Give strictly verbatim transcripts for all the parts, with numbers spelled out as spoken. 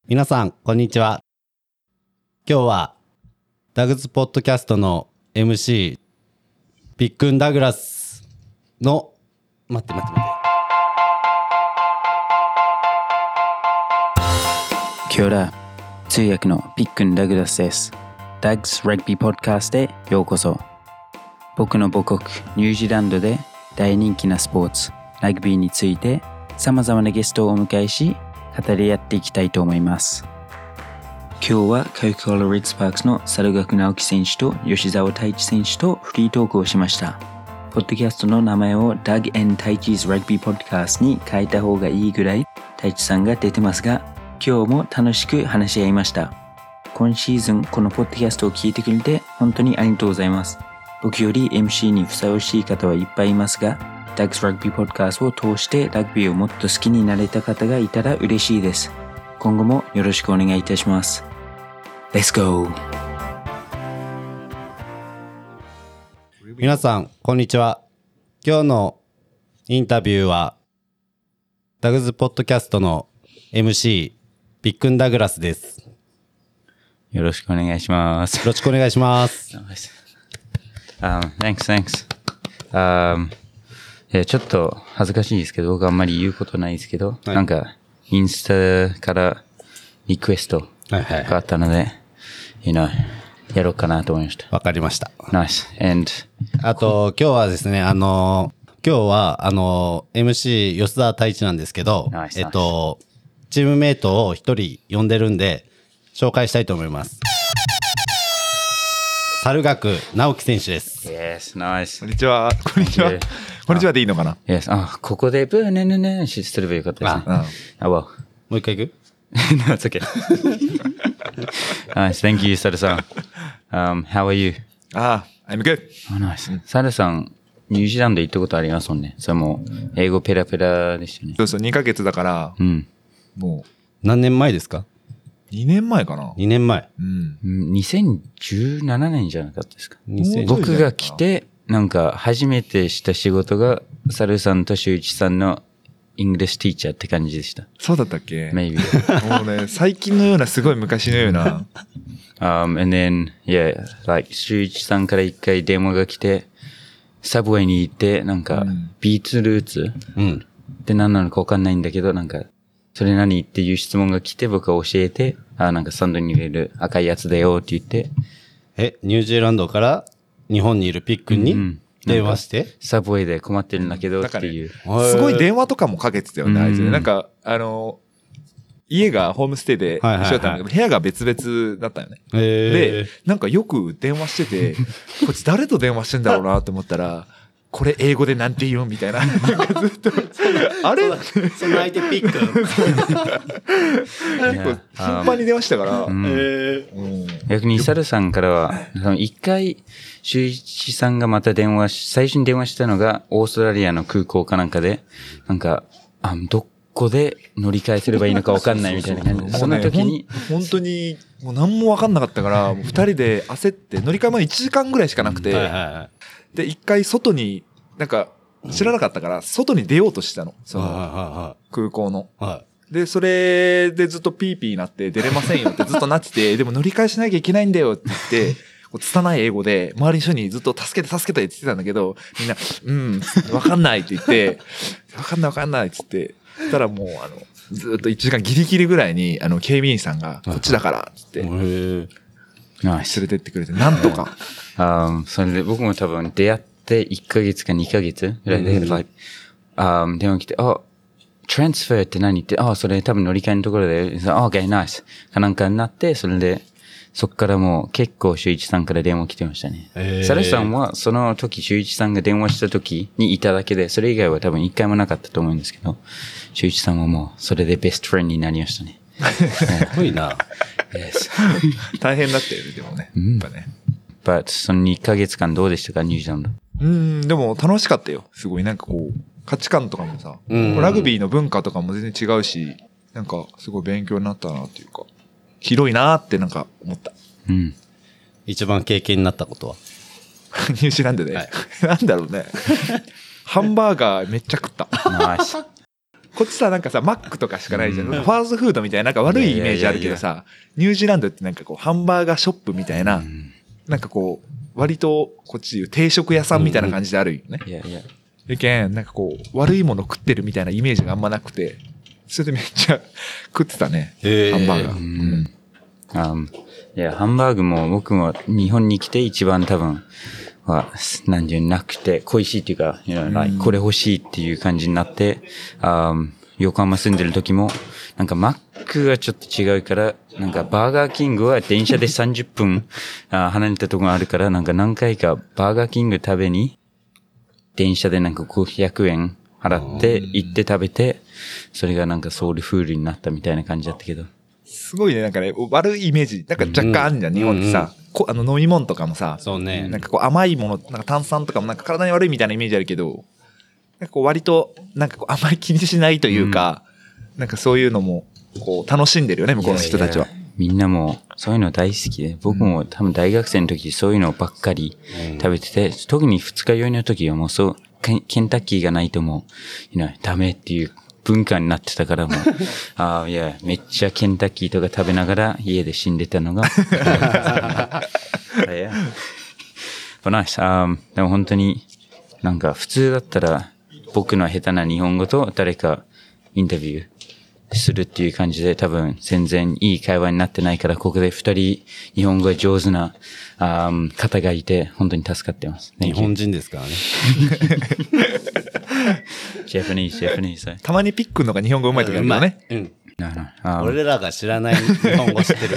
皆さんこんにちは。今日はダグズポッドキャストの エムシー ピックンダグラスの待って待って待ってキョラ、通訳のピックンダグラスです。ダグズラグビーポッドキャストへようこそ。僕の母国ニュージーランドで大人気なスポーツラグビーについてさまざまなゲストをお迎えし語り合っていきたいと思います。今日はコカ・コーラレッズパークスの猿垣直樹選手と吉澤太一選手とフリートークをしました。ポッドキャストの名前を Doug and Taichi's Rugby Podcast に変えた方がいいぐらい太一さんが出てますが、今日も楽しく話し合いました。今シーズンこのポッドキャストを聞いてくれて本当にありがとうございます。僕より エムシー にふさわしい方はいっぱいいますが、Doug's Rugby Podcast を通してラグビーをもっと好きになれた方がいたら嬉しいです。今後もよろしくお願いいたします。Let's go! 皆さんこんにちは。今日のインタビューはダグズポッドキャストの エムシー ピックンダグラスです。 よろしくお願いします。 よろしくお願いします。 um, thanks, thanks. Um, いやちょっと恥ずかしいですけど、僕あんまり言うことないですけど、はい、なんかインスタからリクエストがあったので、はいはいはい、you know, やろうかなと思いました。 わかりました。 Nice. And あと今日はですね、あの今日はあの エムシー 吉澤太一なんですけど、 nice, えっとチームメイトを一人呼んでるんで紹介したいと思います。猿垣直樹選手です。 Yes, nice. こんにちは。こんにちは。こんにちはでいいのかな？ Yes. あ、ここでブーねねねすればよかったですね。 あ、 あ、well. もう一回行く ？No, it's okay. Nice. Thank you, サルさん。Um, how are you? あ、I'm good. Oh, nice. サルさん、ニュージーランド行ったことありますもんね。それも英語ペラペラでしたね。 そうそう、にかげつだから、うん、もう。 何年前ですか？ にねんまえかな。 にねんまえ。 うん。にせんじゅうななねんじゃなかったですか？ 僕が来て、なんか初めてした仕事が、サルさんとシュウイチさんのイングリッシュティーチャーって感じでした。 そうだったっけ？ Maybe. もうね、最近のようなすごい昔のような。 um, and then, yeah, like, シュウイチさんから一回電話が来て、サブウェイに行って、なんか、うん、ビーツルーツ、うん、って何なのかわかんないんだけど、なんか、それ何っていう質問が来て、僕は教えて、あ、なんかサンドに入れる赤いやつだよって言って。 え、ニュージーランドから日本にいるピックに、うん、電話して、 サブウェイで困ってるんだけどっていう、 ね。すごい電話とかもかけてたよね、あいつね。なんか、あの、家がホームステイで一緒だったんだけど、はいはいはい、部屋が別々だったよね。で、なんかよく電話してて、こいつ誰と電話してんだろうなって思ったら、これ英語でなんて言うみたいな。なんかずっと、あれその相手ピック結構頻繁に電話したから。うんえー、逆にサルさんからは、一回、シュウイチさんがまた電話し、最初に電話したのがオーストラリアの空港かなんかで、なんか、あ、どこで乗り換えすればいいのか分かんないみたいな感じで、その時に。 本当に、もう何も分かんなかったから、二人で焦って、乗り換えまでいちじかんぐらいしかなくて、うんはいはいはい、で、一回外に、なんか、知らなかったから、外に出ようとしたの。その、空港の。で、それでずっとピーピーなって出れませんよってずっとなってて、でも乗り換えしなきゃいけないんだよって言って、拙い英語で、周りの人にずっと助けて助けてって言ってたんだけど、みんな、うん、わかんないって言って、わかんないわかんないって言って、そしたらもう、あの、ずっといちじかんギリギリぐらいに、あの、警備員さんが、こっちだからって言って、連れてってくれて、なんとか。 あそれで僕も多分出会っていっかげつかにかげつぐらいで、like, あ電話来て、あ、トランスファーって何って、あ、それ多分乗り換えのところで、あ、OK、ナイス。かなんかになって、それで、そっからもう結構シュウイチさんから電話来てましたね。えー、サルさんはその時、シュウイチさんが電話した時にいただけで、それ以外は多分一回もなかったと思うんですけど、シュウイチさんはもうそれでベストフレンドになりましたね。 すごいな。 大変だったよね、でもね。うん、やっぱね。 But そのにかげつかんどうでしたか、ニュージーランド。 うん、でも楽しかったよ。すごいなんかこう、価値観とかもさ、ラグビーの文化とかも全然違うし、なんかすごい勉強になったなっていうか、広いなってなんか思った。 うん。一番経験になったことはニュージーランドで、はい、なんだろうね。ハンバーガーめっちゃ食った。 ナイス。 こっちさ、なんかさ、マックとかしかないじゃん。ファーストフードみたいな、なんか悪いイメージあるけどさ、ニュージーランドってなんかこう、ハンバーガーショップみたいな、なんかこう、割と、こっちでいう定食屋さんみたいな感じであるよね。 いやいや。 でけん、なんかこう、悪いもの食ってるみたいなイメージがあんまなくて、それでめっちゃ食ってたね。 へーハンバーガー。 ううんん。あいや、ハンバーグも僕も日本に来て一番多分、は、なんていうなくて、恋しいっていうか、you know, like これ欲しいっていう感じになって、あ横浜住んでる時も、なんかマックがちょっと違うから、なんかバーガーキングは電車でさんじゅっぷんあ離れたところがあるから、なんか何回かバーガーキング食べに、電車でなんかごひゃくえん払って行って食べて、それがなんかソウルフードになったみたいな感じだったけど。 すごいね、なんかね、悪いイメージ、なんか若干あるんじゃん、日本ってさ、こあの飲み物とかもさ、 そうね。 なんかこう甘いもの、なんか炭酸とかもなんか体に悪いみたいなイメージあるけど、なんかこう割と、なんかこうあんまり気にしないというか、なんかそういうのも、こう楽しんでるよね、向こうの人たちは。 いやいやみんなもそういうの大好きで、僕も多分大学生の時そういうのばっかり食べてて、特に二日酔いの時はもうそう、ケケンタッキーがないともう、you know, ダメっていう文化になってたからもう、ああ、いや、めっちゃケンタッキーとか食べながら家で死んでたのが。いや。But nice. Um, でも本当になんか普通だったら僕の下手な日本語と誰かインタビューするっていう感じで多分全然いい会話になってないから、ここで二人日本語が上手なあ方がいて本当に助かってます。 日本人ですからね。 ジャパニーズ、ジャパニーズ。 たまにピックのが日本語うまい時あるよね。 うん。 なな俺らが知らない日本語知ってる。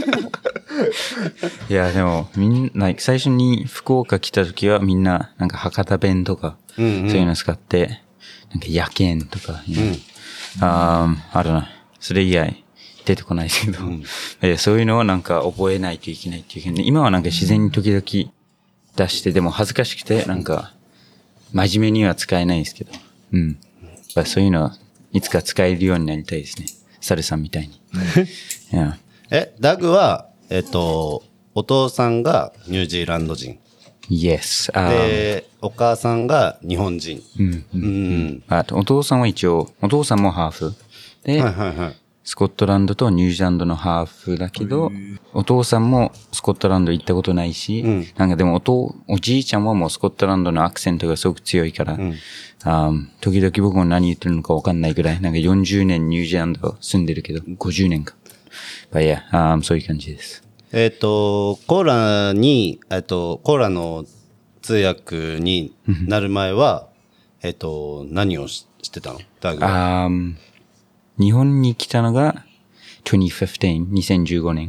いや、でも、みんな、最初に福岡来た時はみんな、なんか博多弁とか、 うんうん、 そういうの使って、なんか野犬とか、うん、ああるな。それ以外、出てこないですけど、うん、いやそういうのはなんか覚えないといけないっていう、ね、今はなんか自然に時々出して、でも恥ずかしくて、なんか、真面目には使えないですけど、うん。そういうのはいつか使えるようになりたいですね。サルさんみたいに。いやえ、ダグは、えっと、お父さんがニュージーランド人。 Yes. で、お母さんが日本人。 うんうんうんあお父さんは一応、お父さんもハーフ。で、 はいはいはい、 スコットランドとニュージーランドのハーフだけど、お父さんもスコットランド行ったことないし、うん、なんかでもおとおじいちゃんはもうスコットランドのアクセントがすごく強いから、うんあ時々僕も何言ってるのか分かんないぐらい、なんかよんじゅうねんニュージーランド住んでるけど、ごじゅうねんか。まあいや、あそういう感じです。 えっ、ー、と、コーラに、えっ、ー、と、コーラの通訳になる前は、えっ、ー、と、何をししてたの？ダグは。 Um, 日本に来たのがにせんじゅうご、にせんじゅうごねん。うん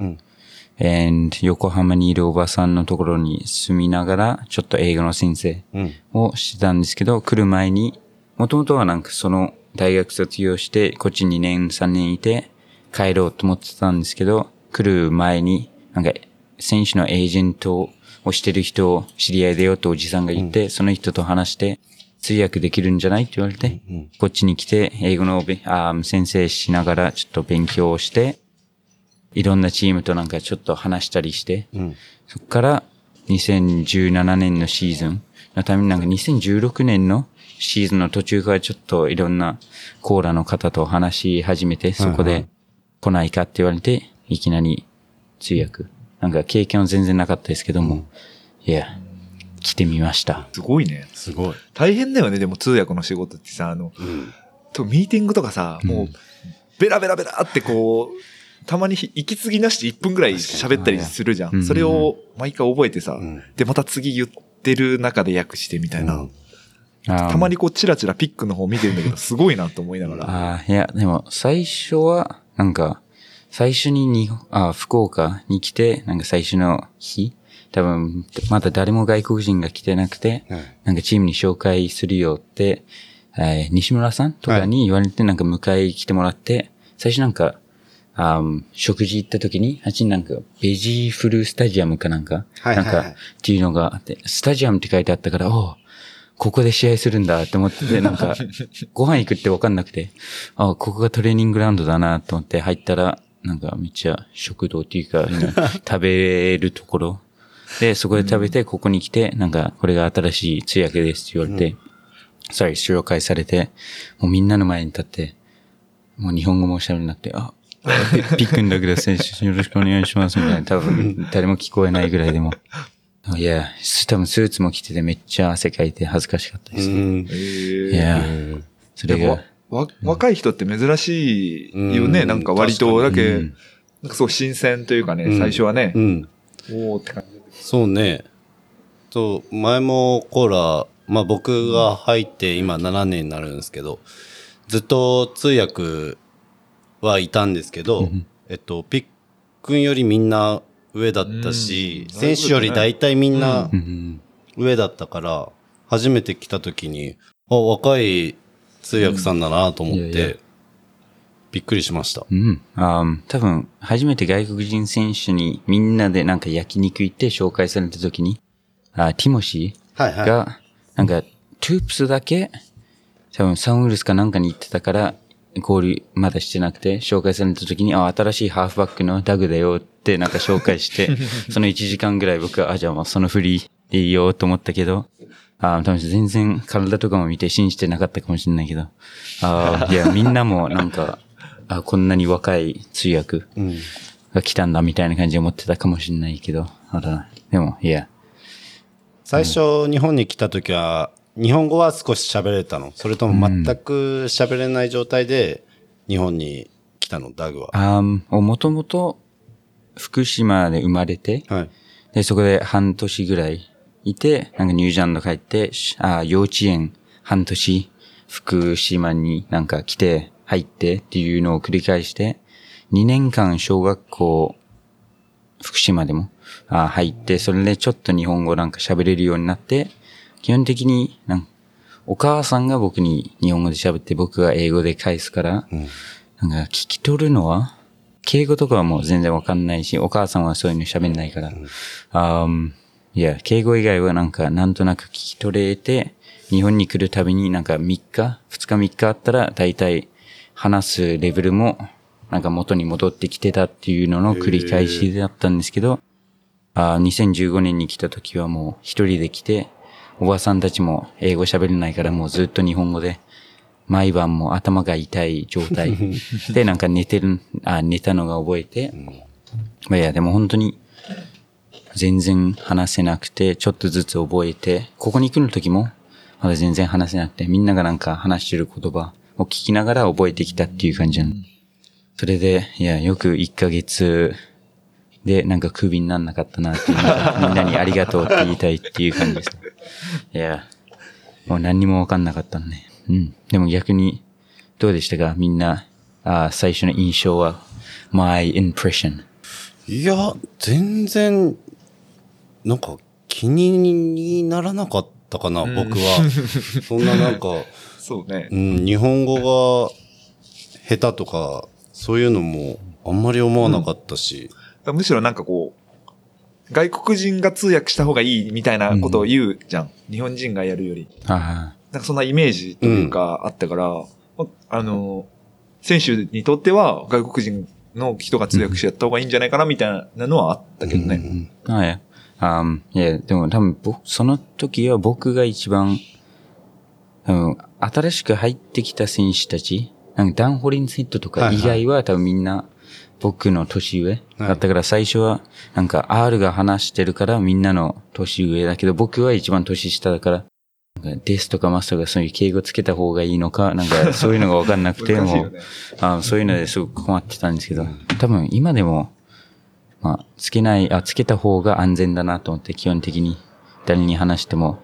、and 横浜にいるおばさんのところに住みながら、ちょっと英語の先生をしてたんですけど、うん、来る前に、もともとはなんかその大学卒業して、こっちにねん、さんねんいて、帰ろうと思ってたんですけど、来る前に、なんか、選手のエージェントをしてる人を知り合いだよとおじさんが言って、うん、その人と話して、通訳できるんじゃないって言われて、うん、こっちに来て、英語のあ先生しながらちょっと勉強をして、いろんなチームとなんかちょっと話したりして、うん、そこからにせんじゅうななねんのシーズンのためになんかにせんじゅうろくねんのシーズンの途中からちょっといろんなコーラの方と話し始めて、そこで来ないかって言われて、いきなり通訳。なんか経験は全然なかったですけども、いや、来てみました。 すごいね。 すごい。 大変だよね、でも通訳の仕事ってさ、あの、うん、とミーティングとかさ、もう、ベラベラベラってこう、たまに息継ぎなしでいっぷんぐらい喋ったりするじゃん。それを毎回覚えてさ、うん、で、また次言ってる中で訳してみたいな。うん、たまにこう、チラチラピックの方見てるんだけど、すごいなと思いながら。 ああ、いや、でも最初は、なんか、最初ににあ福岡に来て、なんか最初の日、多分、まだ誰も外国人が来てなくて、うん、なんかチームに紹介するよって、えー、西村さんとかに言われて、なんか迎え来てもらって、はい、最初なんか、あ食事行った時に、あっちになんか、ベジフルスタジアムかなんか、はいはいはい、なんか、っていうのがあって、スタジアムって書いてあったから、おここで試合するんだって思ってて、なんか、ご飯行くって分かんなくて、あここがトレーニンググラウンドだなと思って入ったら、なんかめっちゃ食堂っていうか、食べるところ。で、そこで食べて、ここに来て、なんか、これが新しい通訳ですって言われて、うん、sorry、紹介されて、もうみんなの前に立って、 もう日本語も喋れなくて、あ、ピックンダグラス選手よろしくお願いしますみたいな、多分誰も聞こえないぐらいでも。いや、多分スーツも着ててめっちゃ汗かいて恥ずかしかったですね。うん、いや、それが。 わ若い人って珍しいよね、うん、なんか割とだけ、うん、なんかそう新鮮というかね、うん、最初はね、うん、おーって感じ。 そうね。と前もコーラ、まあ僕が入って今ななねんになるんですけど、ずっと通訳はいたんですけど、うん、えっとピックンよりみんな上だったし、うん、選手より大体みんな上だったから、初めて来た時に、あ、若い通訳さんだなと思って、うん、いやいやびっくりしました。 うん。あ多分、初めて外国人選手にみんなでなんか焼肉行って紹介された時に、あティモシーが、はいはい、なんか、トゥープスだけ、多分サンウルスかなんかに行ってたから、交流まだしてなくて、紹介された時に、あ、新しいハーフバックのダグだよってなんか紹介して、そのいちじかんぐらい僕は、あ、じゃあまあそのフリーでいいよと思ったけど、あ多分全然体とかも見て信じてなかったかもしれないけど、あいや、みんなもなんか、あこんなに若い通訳が来たんだみたいな感じで思ってたかもしれないけど、あらでも、いや。 最初、日本に来た時は、日本語は少し喋れたの？それとも全く喋れない状態で日本に来たの、ダグは？ あもともと福島で生まれて、はい、でそこで半年ぐらいいて、なんかニュージーランド帰って、あ幼稚園半年福島になんか来て入ってっていうのを繰り返して、にねんかん小学校福島でもあ入って、それでちょっと日本語なんか喋れるようになって、基本的になんお母さんが僕に日本語で喋って僕が英語で返すから、うん、なんか聞き取るのは敬語とかはもう全然わかんないし、お母さんはそういうの喋んないから、うん、あいや敬語以外はなんかなんとなく聞き取れて、日本に来るたびになんかみっかふつかみっかあったら大体話すレベルもなんか元に戻ってきてたっていうのの繰り返しだったんですけど、あにせんじゅうごねんに来た時はもう一人で来て、おばさんたちも英語喋れないからもうずっと日本語で、毎晩も頭が痛い状態でなんか寝てる、あ、寝たのが覚えて、まあいやでも本当に全然話せなくて、ちょっとずつ覚えて、ここに来る時もまだ全然話せなくて、みんながなんか話してる言葉を聞きながら覚えてきたっていう感じなの。それで、いや、よくいっかげつでなんかクビになんなかったなっていうのが、みんなにありがとうって言いたいっていう感じです。いや、もう何にもわかんなかったのね。うん。でも逆に、どうでしたかみんな、あ最初の印象は、my impression。 いや、全然、なんか気にならなかったかな、うん、僕は。そんななんか、 そうね。 うん、日本語が下手とか、そういうのもあんまり思わなかったし。 うん、むしろなんかこう、外国人が通訳した方がいいみたいなことを言うじゃん。うん、日本人がやるより。 あなんかそんなイメージというかあったから、うん、あの、選手にとっては外国人の人が通訳しやった方がいいんじゃないかなみたいなのはあったけどね。うんうん、はい。あいや、でも多分その時は僕が一番、うん、新しく入ってきた選手たち、なんかダン・ホリンセットとか以外は多分みんな、僕の年上だったから最初はなんか R が話してるからみんなの年上だけど僕は一番年下だからなんかですとかマスとかそういう敬語つけた方がいいのかなんかそういうのが分かんなくてもあそういうのですごく困ってたんですけど多分今でもまあつけないあつけた方が安全だなと思って基本的に誰に話しても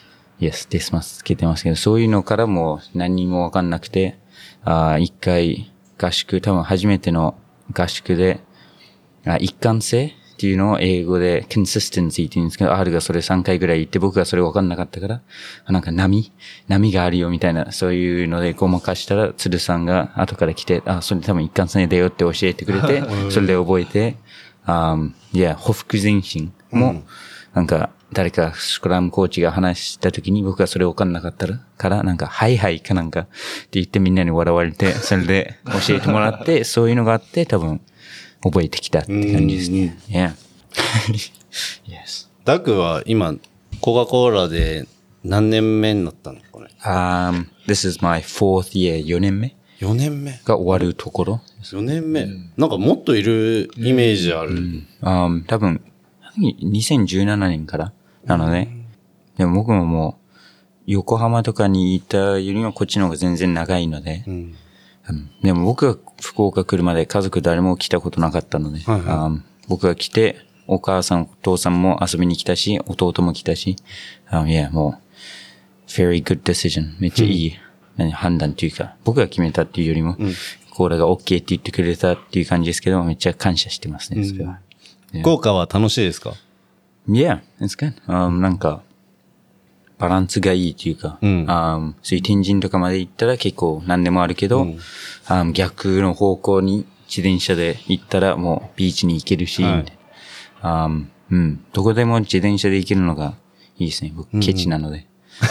Yes ですますつけてますけどそういうのからも何にも分かんなくてあ一回合宿多分初めての合宿で、一貫性っていうのを英語で consistency って言うんですけど、R がそれさんかいぐらい言って僕がそれ分かんなかったから、なんか波波があるよみたいな、そういうのでごまかしたら、鶴さんが後から来て、あ、それ多分一貫性だよって教えてくれて、それで覚えて、あいや、ほふく前進も、なんか、誰かスクラムコーチが話した時に僕がそれ分かんなかったから、なんか、はいはいかなんかって言ってみんなに笑われて、それで教えてもらって、そういうのがあって多分覚えてきたって感じですね。Yeah. yes. ダグは今、コカ・コーラで何年目になったのこれ、 um, This is my fourth year, よねんめよねんめが終わるところ。 よねんめ、うん、なんかもっといるイメージある。うん、 あ多分、にせんじゅうななねんからなので、うん、でも僕ももう、横浜とかにいたよりもこっちの方が全然長いので、うんうん、でも僕が福岡来るまで家族誰も来たことなかったので、はいはい、あ僕が来て、お母さん、お父さんも遊びに来たし、弟も来たし、あいや、もう、very good decision。めっちゃいい、うん、判断というか、僕が決めたっていうよりも、うん、これが OK って言ってくれたっていう感じですけど、めっちゃ感謝してますね、それは。 うん、福岡は楽しいですか？ Yeah, it's good. Um, なんか、バランスがいいというか、うん um, そういう天神とかまで行ったら結構何でもあるけど、うん um, 逆の方向に自転車で行ったらもうビーチに行けるし、はいUm, うん。どこでも自転車で行けるのがいいですね。僕、ケチなので。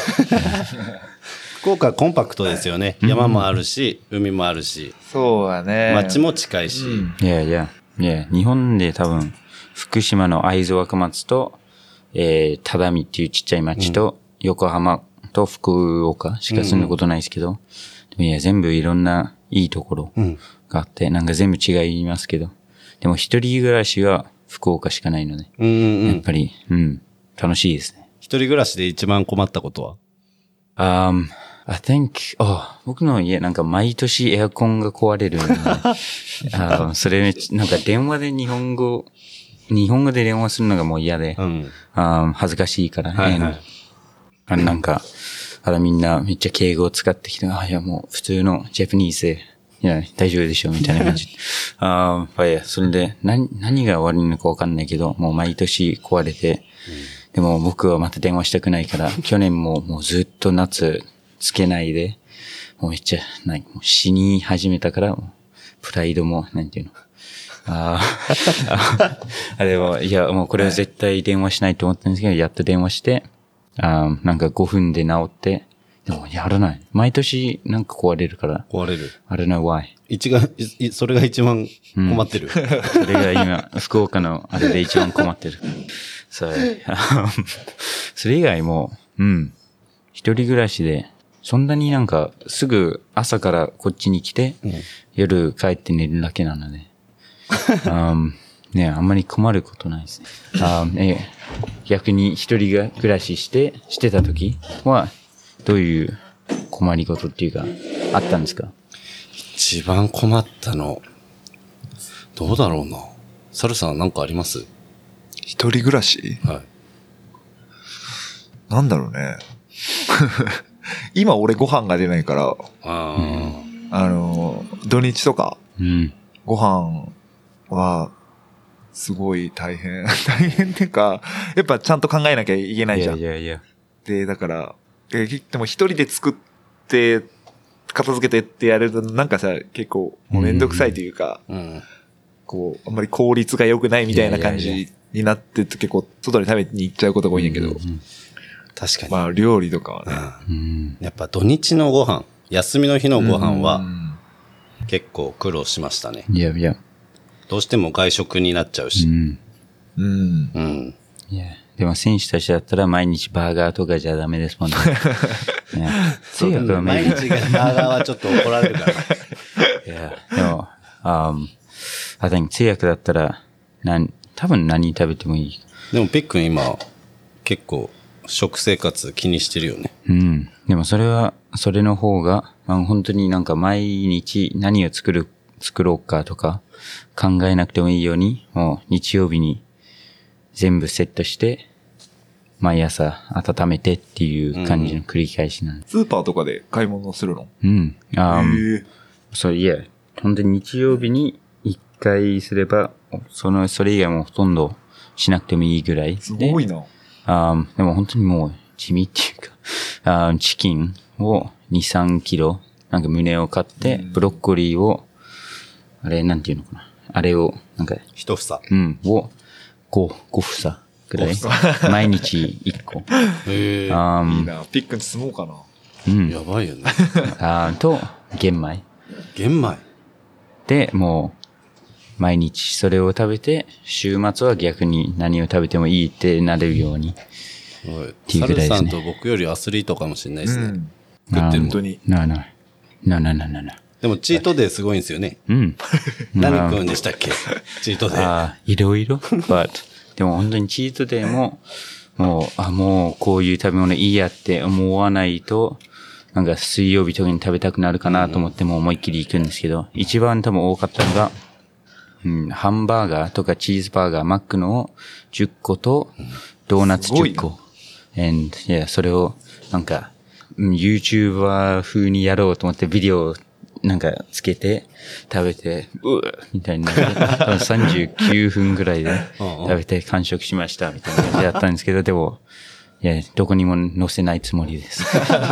福岡コンパクトですよね。山もあるし、海もあるし。 そうだね。 街も近いし。 いやいや、いや、日本で多分、福島の会津若松と、えー、只見っていうちっちゃい町と、うん、横浜と福岡しか住んだことないですけど、うん、でもいや、全部いろんないいところがあって、うん、なんか全部違いますけど、でも一人暮らしは、福岡しかないので、うんうんうん、やっぱり、うん、楽しいですね。 一人暮らしで一番困ったことは ?Um, I think, oh, 僕の家なんか毎年エアコンが壊れるので、uh, それなんか電話で日本語、日本語で電話するのがもう嫌で、うん um, 恥ずかしいからね。はいはい、あなんか、あらみんなめっちゃ敬語を使ってきて、あ、いやもう普通のジャパニーズで、いや、大丈夫でしょみたいな感じ。ああ、いや、それで、何、何が悪いのかわかんないけど、もう毎年壊れて、うん、でも僕はまた電話したくないから、去年ももうずっと夏つけないで、もうめっちゃ、なんかもう死に始めたから、プライドも、なんていうの。ああ、あでも、いや、もうこれは絶対電話しないと思ったんですけど、やっと電話して、あなんかごふんで治って、でもやらない。毎年なんか壊れるから。 壊れる。 I don't know why. 一が、それが一番困ってる。 うん、それが今、福岡のあれで一番困ってる。それ、それ以外も、うん。一人暮らしで、そんなになんかすぐ朝からこっちに来て、うん、夜帰って寝るだけなので。um, ね、あんまり困ることないですね。um, え逆に一人暮らしして、してた時は、どういう困りごとっていうか、あったんですか？ 一番困ったの、どうだろうな。サルさんなんかあります？ 一人暮らし？はい。なんだろうね。今俺ご飯が出ないから、あ, うん、あの、土日とか、うん、ご飯は、すごい大変。大変っていうか、やっぱちゃんと考えなきゃいけないじゃん。いやいやいや。で、だから、でも一人で作って、片付けてってやると、なんかさ、結構、もうめんどくさいというか、うん、こう、あんまり効率が良くないみたいな感じになってて、結構、外に食べに行っちゃうことが多いんだけど、うんうん、 確かに。 まあ、料理とかはね、 うん。やっぱ土日のご飯、休みの日のご飯は、結構苦労しましたね。 いやいや。 どうしても外食になっちゃうし。うん。 うん。うん。いや。でも選手たちだったら毎日バーガーとかじゃダメですもんね。 通訳は毎日がバーガーはちょっと怒られるから。いや、でも、um, I think 通訳だったら、なん多分何食べてもいい。 でもピックン今、結構食生活気にしてるよね。 うん。でもそれは、それの方が、まあ、本当になんか毎日何を作る、作ろうかとか考えなくてもいいように、もう日曜日に全部セットして、毎朝温めてっていう感じの繰り返しなんです。 うん、スーパーとかで買い物するの？ うん。あーそう、いや、本当に日曜日に一回すれば、その、それ以外もほとんどしなくてもいいぐらい。 すごいな。 あでも本当にもう地味っていうか、あチキンをに、さんキロ、なんか胸を買って、ブロッコリーを、あれ、なんていうのかな。あれを、なんか、 一房。 うん、を、ご、ご房ぐらい。毎日いっこ。 へー。いいな。ピックに住もうかな。 うん。 やばいよね。 あと、玄米。 玄米で、もう、毎日それを食べて、週末は逆に何を食べてもいいってなれるように。 っていうぐらいですね。サルさんと僕よりアスリートかもしれないですね。うん、食ってる本当に。 なあなあ。なあなあなあなあ。 でもチートデーすごいんですよね。 うん。 何食うんでしたっけチートデー。 ああ、いろいろ。But でも本当にチートデーも、もう、あ、もうこういう食べ物いいやって思わないと、なんか水曜日とかに食べたくなるかなと思っても思いっきり行くんですけど、一番多分多かったのが、うん、ハンバーガーとかチーズバーガー、マックのじゅっことドーナツじゅっこ。And, yeah, それをなんか、YouTuber 風にやろうと思ってビデオをなんかつけて食べて、うーみたいになって、さんじゅうきゅうふんぐらいで食べて完食しましたみたいな感じだったんですけど、でも、いや、どこにも載せないつもりです。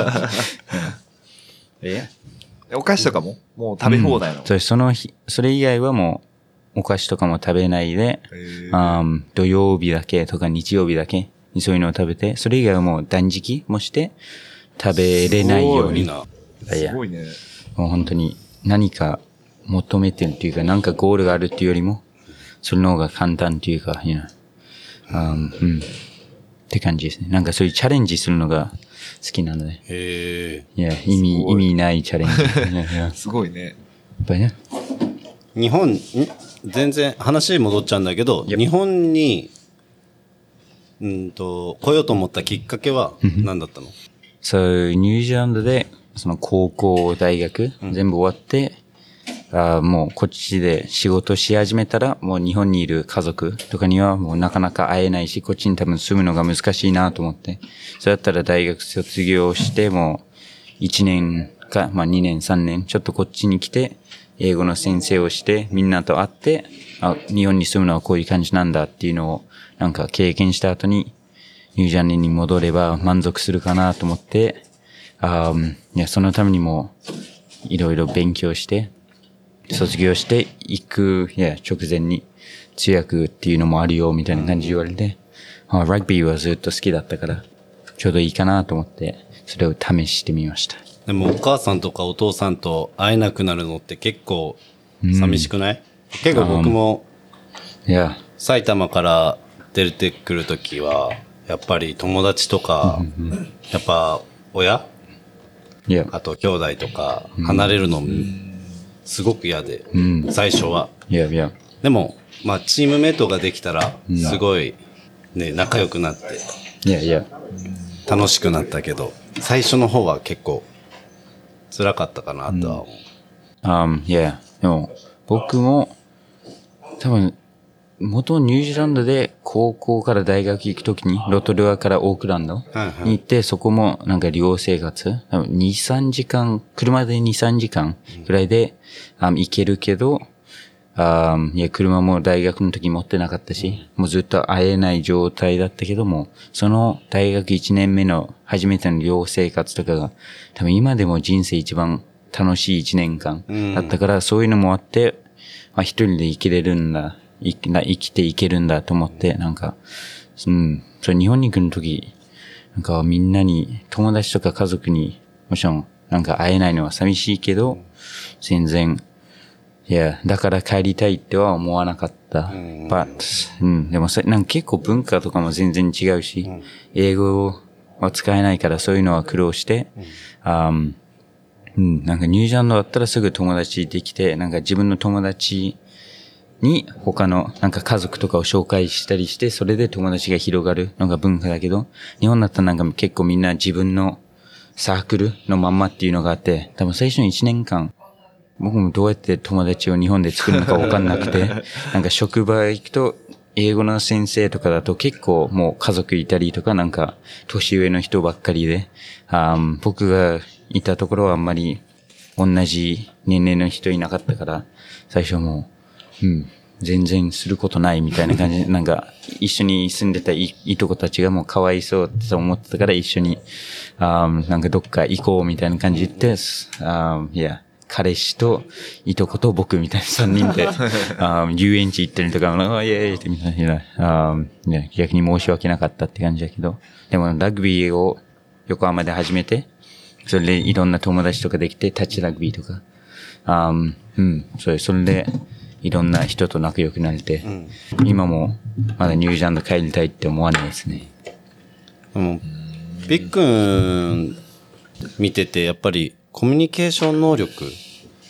えお菓子とかももう食べ放題なの、 うん、それ、その日、それ以外はもうお菓子とかも食べないで、あ土曜日だけとか日曜日だけにそういうのを食べて、それ以外はもう断食もして食べれないように。 すごいね。 もう本当に何か求めてるっていうか、なんかゴールがあるっていうよりも、その方が簡単っていうか、you know、um, うん。って感じですね。なんかそういうチャレンジするのが好きなので。 へいや、意味、意味ないチャレンジ。すごいね。やっぱりね。 日本、ん全然話戻っちゃうんだけど、日本に、うんと、来ようと思ったきっかけは何だったの？ そう、ニュージーランドで、その高校、大学、全部終わって、あもうこっちで仕事し始めたら、もう日本にいる家族とかにはもうなかなか会えないし、こっちに多分住むのが難しいなと思って、そうやったら大学卒業してもいちねんか、まあにねん、さんねん、ちょっとこっちに来て、英語の先生をして、みんなと会って、あ、日本に住むのはこういう感じなんだっていうのをなんか経験した後に、ニュージーランドに戻れば満足するかなと思って、あいや、そのためにもいろいろ勉強して、卒業して行く、いや、直前に通訳っていうのもあるよ、みたいな感じで言われて、あラグビーはずっと好きだったから、ちょうどいいかなと思って、それを試してみました。 でもお母さんとかお父さんと会えなくなるのって結構寂しくない？うん、結構僕も、 いや、 埼玉から出てくるときは、やっぱり友達とか、やっぱ親あと兄弟とか離れるのすごく嫌で、うん、最初は。 いやいや。 でも、まあチームメイトができたら、すごいね、仲良くなって、 いやいや。 楽しくなったけど、最初の方は結構辛かったかなとは思う。 うん、いや、でも僕も多分、元ニュージーランドで高校から大学行くときにロトルアからオークランドに行って、そこもなんか寮生活、に、さんじかん、車でに、さんじかんくらいで、うん、行けるけど、あいや、車も大学の時持ってなかったし、もうずっと会えない状態だったけども、その大学いちねんめの初めての寮生活とかが、多分今でも人生一番楽しいいちねんかんだったから、うん、そういうのもあって、あ、一人で生きれるんだ。生き、生きていけるんだと思って、なんか、うん、それ日本に来るとき、なんかみんなに、友達とか家族に、もちろん、なんか会えないのは寂しいけど、全然、いや、だから帰りたいっては思わなかった。うん、But、うん、でもそれ、なんか結構文化とかも全然違うし、うん、英語は使えないからそういうのは苦労して、うん、あうん、なんかニュージーランドだったらすぐ友達できて、なんか自分の友達、に他のなんか家族とかを紹介したりして、それで友達が広がるのが文化だけど、日本だったらなんか結構みんな自分のサークルのまんまっていうのがあって、多分最初のいちねんかん、僕もどうやって友達を日本で作るのか分かんなくて、なんか職場行くと英語の先生とかだと結構もう家族いたりとかなんか年上の人ばっかりで、あ僕がいたところはあんまり同じ年齢の人いなかったから、最初もううん。全然することないみたいな感じで、なんか、一緒に住んでたい、いとこたちがもうかわいそうって思ってたから一緒に、あなんかどっか行こうみたいな感じで言って、あいや、彼氏といとこと僕みたいなさんにんで、あ遊園地行ったりとか、あイエーイってみたいな、あいや逆に申し訳なかったって感じだけど、でもラグビーを横浜で始めて、それでいろんな友達とかできて、タッチラグビーとか、あうん、それ、それで、いろんな人と仲良くなれて、うん、今もまだニュージーランド帰りたいって思わないですね。 でもピックン見ててやっぱりコミュニケーション能力